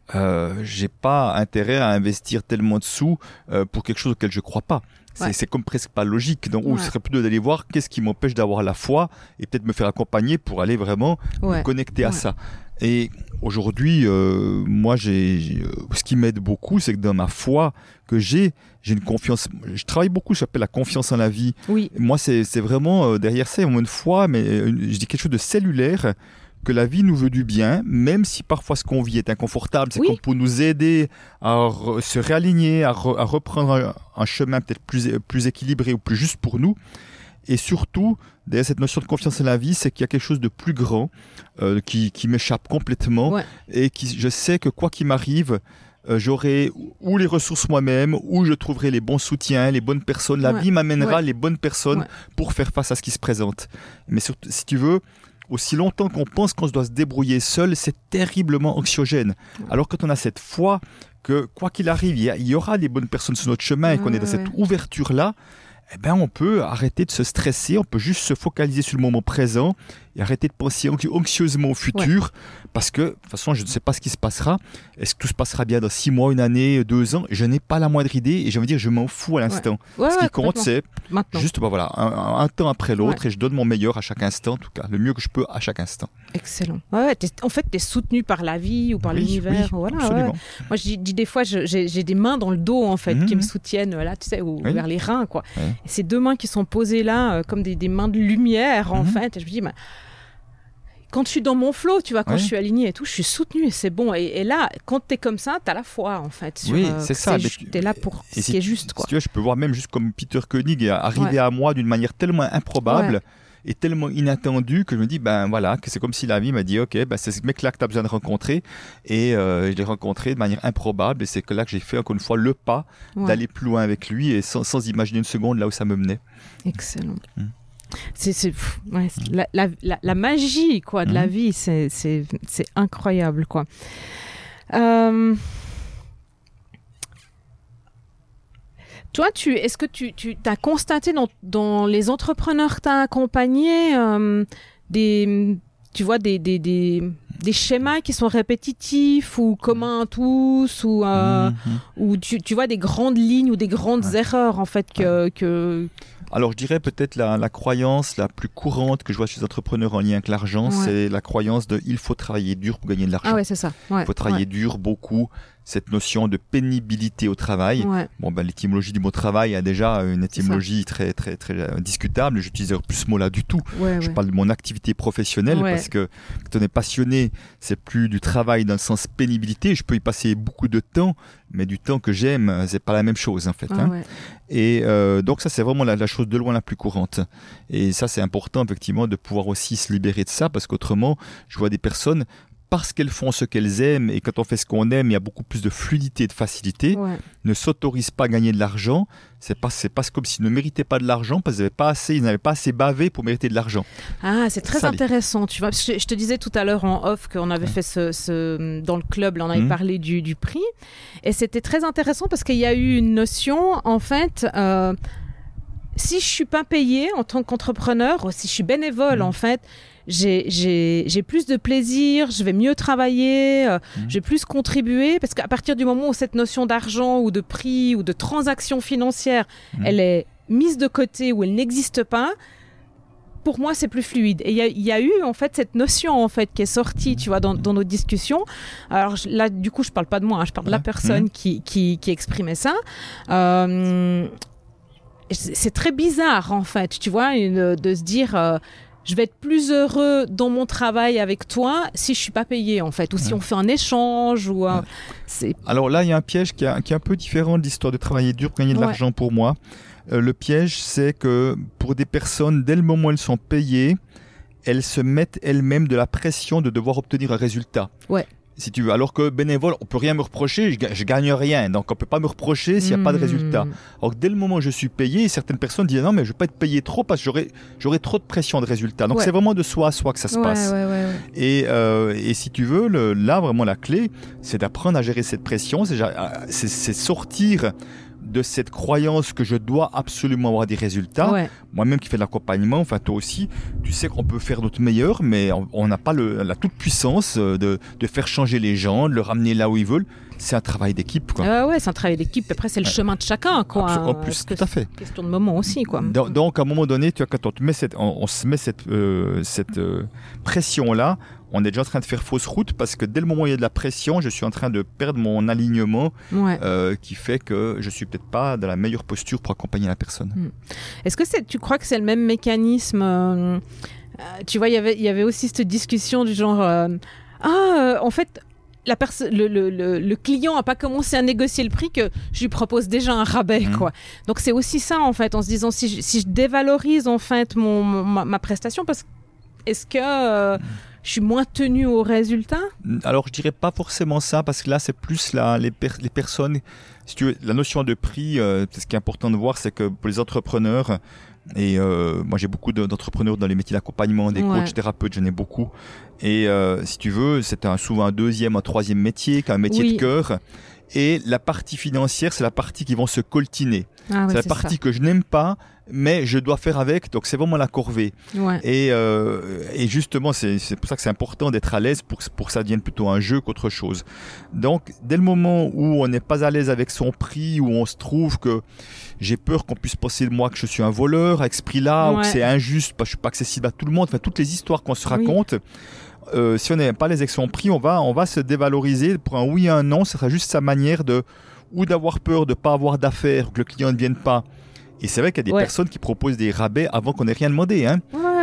j'ai pas intérêt à investir tellement de sous pour quelque chose auquel je crois pas. C'est comme presque pas logique. Donc, ce serait plutôt d'aller voir qu'est-ce qui m'empêche d'avoir la foi et peut-être me faire accompagner pour aller vraiment me connecter à ça. Et aujourd'hui, moi, ce qui m'aide beaucoup, c'est que dans ma foi que j'ai une confiance. Je travaille beaucoup, ça s'appelle la confiance en la vie. Moi, c'est vraiment derrière ça, il y a une foi, mais je dis quelque chose de cellulaire. Que la vie nous veut du bien, même si parfois ce qu'on vit est inconfortable, c'est comme pour nous aider à se réaligner, à reprendre un chemin peut-être plus équilibré ou plus juste pour nous. Et surtout, derrière cette notion de confiance en la vie, c'est qu'il y a quelque chose de plus grand qui m'échappe complètement et je sais que quoi qu'il m'arrive, j'aurai ou les ressources moi-même, ou je trouverai les bons soutiens, les bonnes personnes. La vie m'amènera les bonnes personnes pour faire face à ce qui se présente. Mais surtout, si tu veux, aussi longtemps qu'on pense qu'on se doit se débrouiller seul, c'est terriblement anxiogène. Alors quand on a cette foi que quoi qu'il arrive, il y aura des bonnes personnes sur notre chemin et qu'on est dans cette ouverture-là, eh ben on peut arrêter de se stresser, on peut juste se focaliser sur le moment présent et arrêter de penser anxieusement au futur parce que de toute façon je ne sais pas ce qui se passera. Est-ce que tout se passera bien dans 6 mois, 1 année, 2 ans? Je n'ai pas la moindre idée et je veux dire je m'en fous à l'instant. Ce qui compte c'est juste un temps après l'autre et je donne mon meilleur à chaque instant, en tout cas le mieux que je peux à chaque instant. Excellent. En fait tu es soutenu par la vie ou par l'univers. Absolument. Moi je dis des fois j'ai des mains dans le dos en fait qui me soutiennent là, tu sais, ou vers les reins quoi. Et ces 2 mains qui sont posées là comme des mains de lumière en fait. Et je me dis quand je suis dans mon flow, tu vois, quand je suis alignée et tout, je suis soutenue et c'est bon. Et là, quand t'es comme ça, t'as la foi, en fait. Oui, c'est ça. T'es là pour ce qui est juste, quoi. Si tu veux, je peux voir même juste comme Peter Koenig arriver à moi d'une manière tellement improbable et tellement inattendue que je me dis, ben voilà, que c'est comme si la vie m'a dit, ok, ben c'est ce mec-là que tu as besoin de rencontrer. Et je l'ai rencontré de manière improbable et c'est que là que j'ai fait encore une fois le pas d'aller plus loin avec lui et sans imaginer une seconde là où ça me menait. Excellent. La magie, quoi, de la vie, c'est incroyable, quoi. Toi, est-ce que tu as constaté dans les entrepreneurs que tu as accompagnés des schémas qui sont répétitifs ou communs à tous ou tu vois des grandes lignes ou des grandes erreurs en fait que... Alors, je dirais peut-être la croyance la plus courante que je vois chez les entrepreneurs en lien avec l'argent, c'est la croyance de « il faut travailler dur pour gagner de l'argent ». Ah ouais, c'est ça. Il faut travailler dur, beaucoup. Cette notion de pénibilité au travail. Bon, ben, l'étymologie du mot travail a déjà une étymologie très, très, très discutable. J'utiliserai plus ce mot-là du tout. Je parle de mon activité professionnelle parce que quand on est passionné, c'est plus du travail dans le sens pénibilité. Je peux y passer beaucoup de temps, mais du temps que j'aime, c'est pas la même chose, en fait. Et donc ça, c'est vraiment la chose de loin la plus courante. Et ça, c'est important, effectivement, de pouvoir aussi se libérer de ça parce qu'autrement, je vois des personnes parce qu'elles font ce qu'elles aiment et quand on fait ce qu'on aime, il y a beaucoup plus de fluidité et de facilité, ne s'autorisent pas à gagner de l'argent. C'est pas comme s'ils ne méritaient pas de l'argent parce qu'ils n'avaient pas assez bavé pour mériter de l'argent. Ah, c'est très intéressant, tu vois. Je te disais tout à l'heure en off qu'on avait fait dans le club, là, on avait parlé du prix. Et c'était très intéressant parce qu'il y a eu une notion, en fait... si je suis pas payée en tant qu'entrepreneur, ou si je suis bénévole, en fait, j'ai plus de plaisir, je vais mieux travailler, je vais plus contribuer, parce qu'à partir du moment où cette notion d'argent ou de prix ou de transaction financière, elle est mise de côté ou elle n'existe pas, pour moi, c'est plus fluide. Et il y a eu, en fait, cette notion, en fait, qui est sortie, tu vois, dans nos discussions. Alors là, du coup, je parle pas de moi, je parle de la personne qui exprimait ça. C'est très bizarre, en fait, tu vois, de se dire... je vais être plus heureux dans mon travail avec toi si je suis pas payé, en fait, ou si on fait un échange. Alors là, il y a un piège qui est un peu différent de l'histoire de travailler dur pour gagner de l'argent pour moi. Le piège, c'est que pour des personnes, dès le moment où elles sont payées, elles se mettent elles-mêmes de la pression de devoir obtenir un résultat. Si tu veux. Alors que bénévole, on peut rien me reprocher, je gagne rien, donc on peut pas me reprocher s'il n'y a pas de résultat. Alors que dès le moment où je suis payé, certaines personnes disent non mais je vais pas être payé trop parce que j'aurai trop de pression de résultat. Donc c'est vraiment de soi à soi que ça se passe. Et si tu veux, là vraiment la clé, c'est d'apprendre à gérer cette pression, c'est sortir de cette croyance que je dois absolument avoir des résultats. Moi-même qui fais de l'accompagnement, enfin toi aussi, tu sais qu'on peut faire notre meilleur, mais on n'a pas la toute puissance de faire changer les gens, de le ramener là où ils veulent. C'est un travail d'équipe, quoi. C'est un travail d'équipe. Après, c'est le chemin de chacun, quoi. En plus, tout à fait. C'est une question de moment aussi, quoi. Donc, à un moment donné, tu vois, quand on se met cette pression-là, on est déjà en train de faire fausse route parce que dès le moment où il y a de la pression, je suis en train de perdre mon alignement qui fait que je suis peut-être pas dans la meilleure posture pour accompagner la personne. Est-ce que tu crois que c'est le même mécanisme tu vois, il y avait aussi cette discussion du genre en fait le client n'a pas commencé à négocier le prix que je lui propose déjà un rabais, quoi. Donc c'est aussi ça, en fait, en se disant si je dévalorise en fait ma prestation, parce que est-ce que je suis moins tenue au résultat? Alors je dirais pas forcément ça, parce que là c'est plus les personnes, si tu veux, la notion de prix, ce qui est important de voir, c'est que pour les entrepreneurs, et moi j'ai beaucoup d'entrepreneurs dans les métiers d'accompagnement, des coachs, thérapeutes, j'en ai beaucoup, et si tu veux, c'est souvent un deuxième, un troisième métier, un métier de cœur, et la partie financière, c'est la partie qui vont se coltiner. C'est la partie que je n'aime pas, mais je dois faire avec, donc c'est vraiment la corvée. Et justement, c'est pour ça que c'est important d'être à l'aise pour que ça devienne plutôt un jeu qu'autre chose. Donc, dès le moment où on n'est pas à l'aise avec son prix, où on se trouve que j'ai peur qu'on puisse penser de moi que je suis un voleur avec ce prix-là, ou que c'est injuste, parce que je suis pas accessible à tout le monde, enfin toutes les histoires qu'on se raconte. Si on n'est pas à l'aise avec son prix, on va se dévaloriser pour un oui et un non. Ce sera juste sa manière ou d'avoir peur de pas avoir d'affaires, que le client ne vienne pas. Et c'est vrai qu'il y a des personnes qui proposent des rabais avant qu'on ait rien demandé.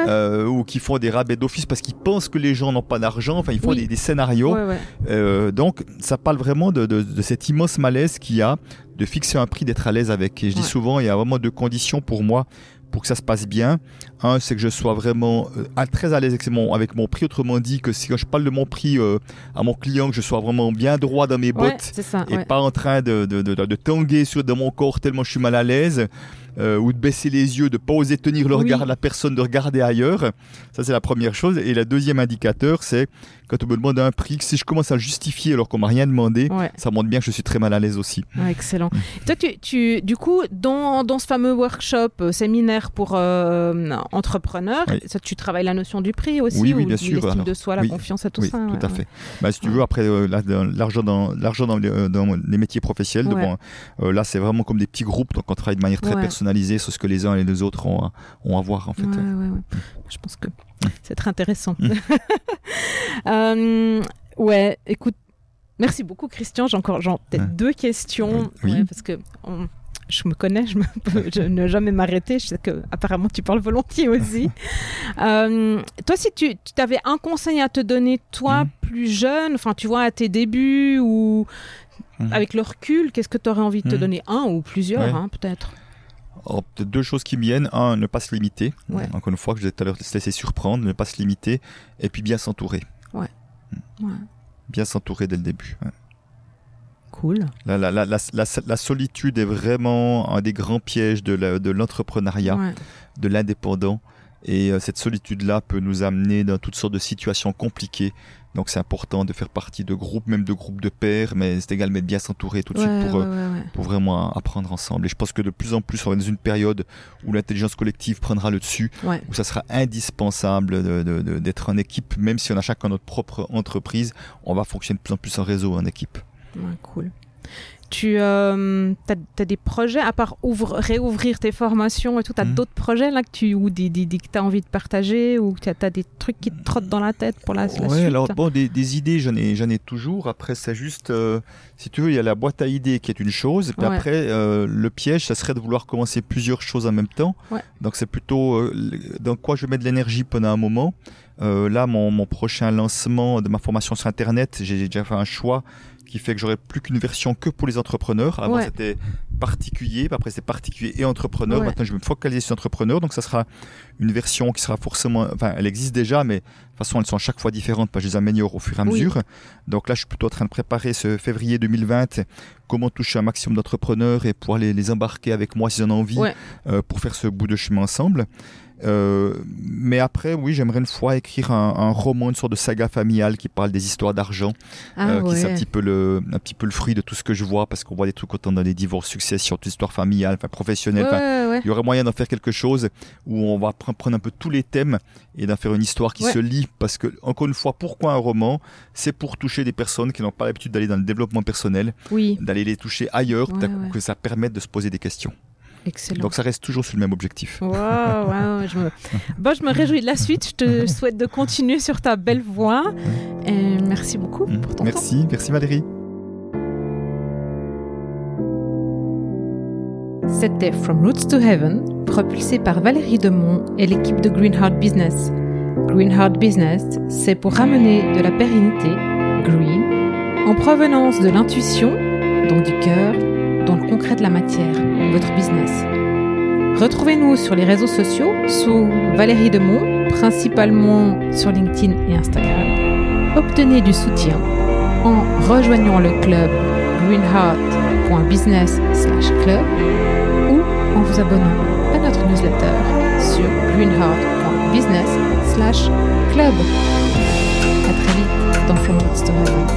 ou qui font des rabais d'office parce qu'ils pensent que les gens n'ont pas d'argent. Enfin, ils font des scénarios. Donc, ça parle vraiment de cet immense malaise qu'il y a de fixer un prix, d'être à l'aise avec. Et je dis souvent, il y a vraiment 2 conditions pour moi pour que ça se passe bien. Un, c'est que je sois vraiment très à l'aise avec mon prix. Autrement dit, que si quand je parle de mon prix à mon client, que je sois vraiment bien droit dans mes bottes et pas en train de tanguer dans mon corps tellement je suis mal à l'aise. Ou de baisser les yeux, de ne pas oser tenir le regard de la personne, de regarder ailleurs. Ça, c'est la première chose. Et le deuxième indicateur, c'est quand on me demande un prix, que si je commence à le justifier alors qu'on ne m'a rien demandé, ça montre bien que je suis très mal à l'aise aussi. Excellent. Toi, du coup, dans ce fameux workshop, séminaire pour entrepreneurs, ça, tu travailles la notion du prix aussi, ou bien sûr. L'estime de soi, la confiance et tout ça. Oui, tout à fait. Si tu veux, après, l'argent dans les métiers professionnels, là, c'est vraiment comme des petits groupes, donc on travaille de manière très personnalisée sur ce que les uns et les autres ont à voir, en fait. Je pense que c'est très intéressant. Écoute, merci beaucoup, Christian. J'ai encore peut-être 2 questions, parce que je me connais, je ne jamais m'arrêter. Je sais que apparemment tu parles volontiers aussi. Toi, si tu avais un conseil à te donner, toi, plus jeune, enfin, tu vois, à tes débuts ou avec le recul, qu'est-ce que tu aurais envie de te donner? Un ou plusieurs, peut-être. Alors, peut-être 2 choses qui me viennent. Un, ne pas se limiter. Encore une fois, que je disais tout à l'heure, se laisser surprendre, ne pas se limiter. Et puis bien s'entourer. Bien s'entourer dès le début. Cool. La solitude est vraiment un des grands pièges de l'entrepreneuriat, de l'indépendant. Et cette solitude-là peut nous amener dans toutes sortes de situations compliquées. Donc c'est important de faire partie de groupes, même de groupes de pairs, mais c'est également de bien s'entourer tout de suite pour vraiment apprendre ensemble. Et je pense que de plus en plus, on est dans une période où l'intelligence collective prendra le dessus, où ça sera indispensable d'être en équipe, même si on a chacun notre propre entreprise, on va fonctionner de plus en plus en réseau, en équipe. Cool. Tu as des projets, à part réouvrir tes formations et tout, tu as d'autres projets là que tu as envie de partager, ou tu as des trucs qui te trottent dans la tête pour la suite? Alors des idées, j'en ai toujours. Après, c'est juste, si tu veux, il y a la boîte à idées qui est une chose, puis après, le piège, ça serait de vouloir commencer plusieurs choses en même temps. Donc c'est plutôt dans quoi je mets de l'énergie pendant un moment. Là, mon prochain lancement de ma formation sur Internet, j'ai déjà fait un choix qui fait que j'aurai plus qu'une version que pour les entrepreneurs. Avant, c'était particulier, puis après, c'est particulier et entrepreneur. Maintenant, je vais me focaliser sur entrepreneur. Donc, ça sera une version qui sera forcément... Enfin, elle existe déjà, mais de toute façon, elles sont à chaque fois différentes, parce que je les améliore au fur et à mesure. Donc là, je suis plutôt en train de préparer ce février 2020, comment toucher un maximum d'entrepreneurs et pouvoir les embarquer avec moi, s'ils en ont envie, pour faire ce bout de chemin ensemble. Mais après, j'aimerais une fois écrire un roman, une sorte de saga familiale qui parle des histoires d'argent, qui c'est un petit peu le fruit de tout ce que je vois, parce qu'on voit des trucs autant dans les divorces, successions, toute histoire familiale, professionnelle. Il y aurait moyen d'en faire quelque chose où on va prendre un peu tous les thèmes et d'en faire une histoire qui se lie, parce que, encore une fois, pourquoi un roman? C'est pour toucher des personnes qui n'ont pas l'habitude d'aller dans le développement personnel, d'aller les toucher ailleurs, que ça permette de se poser des questions. Excellent. Donc ça reste toujours sur le même objectif. Je me réjouis de la suite. Je te souhaite de continuer sur ta belle voie. Et merci beaucoup pour ton temps. Merci Valérie. C'était From Roots to Heaven, propulsé par Valérie Demont et l'équipe de Greenheart Business. Greenheart Business, c'est pour ramener de la pérennité, green, en provenance de l'intuition, donc du cœur, dans le concret de la matière, votre business. Retrouvez-nous sur les réseaux sociaux sous Valérie Demont, principalement sur LinkedIn et Instagram. Obtenez du soutien en rejoignant le club greenheart.business/club ou en vous abonnant à notre newsletter sur greenheart.business/club. À très vite dans From Roots to Heaven.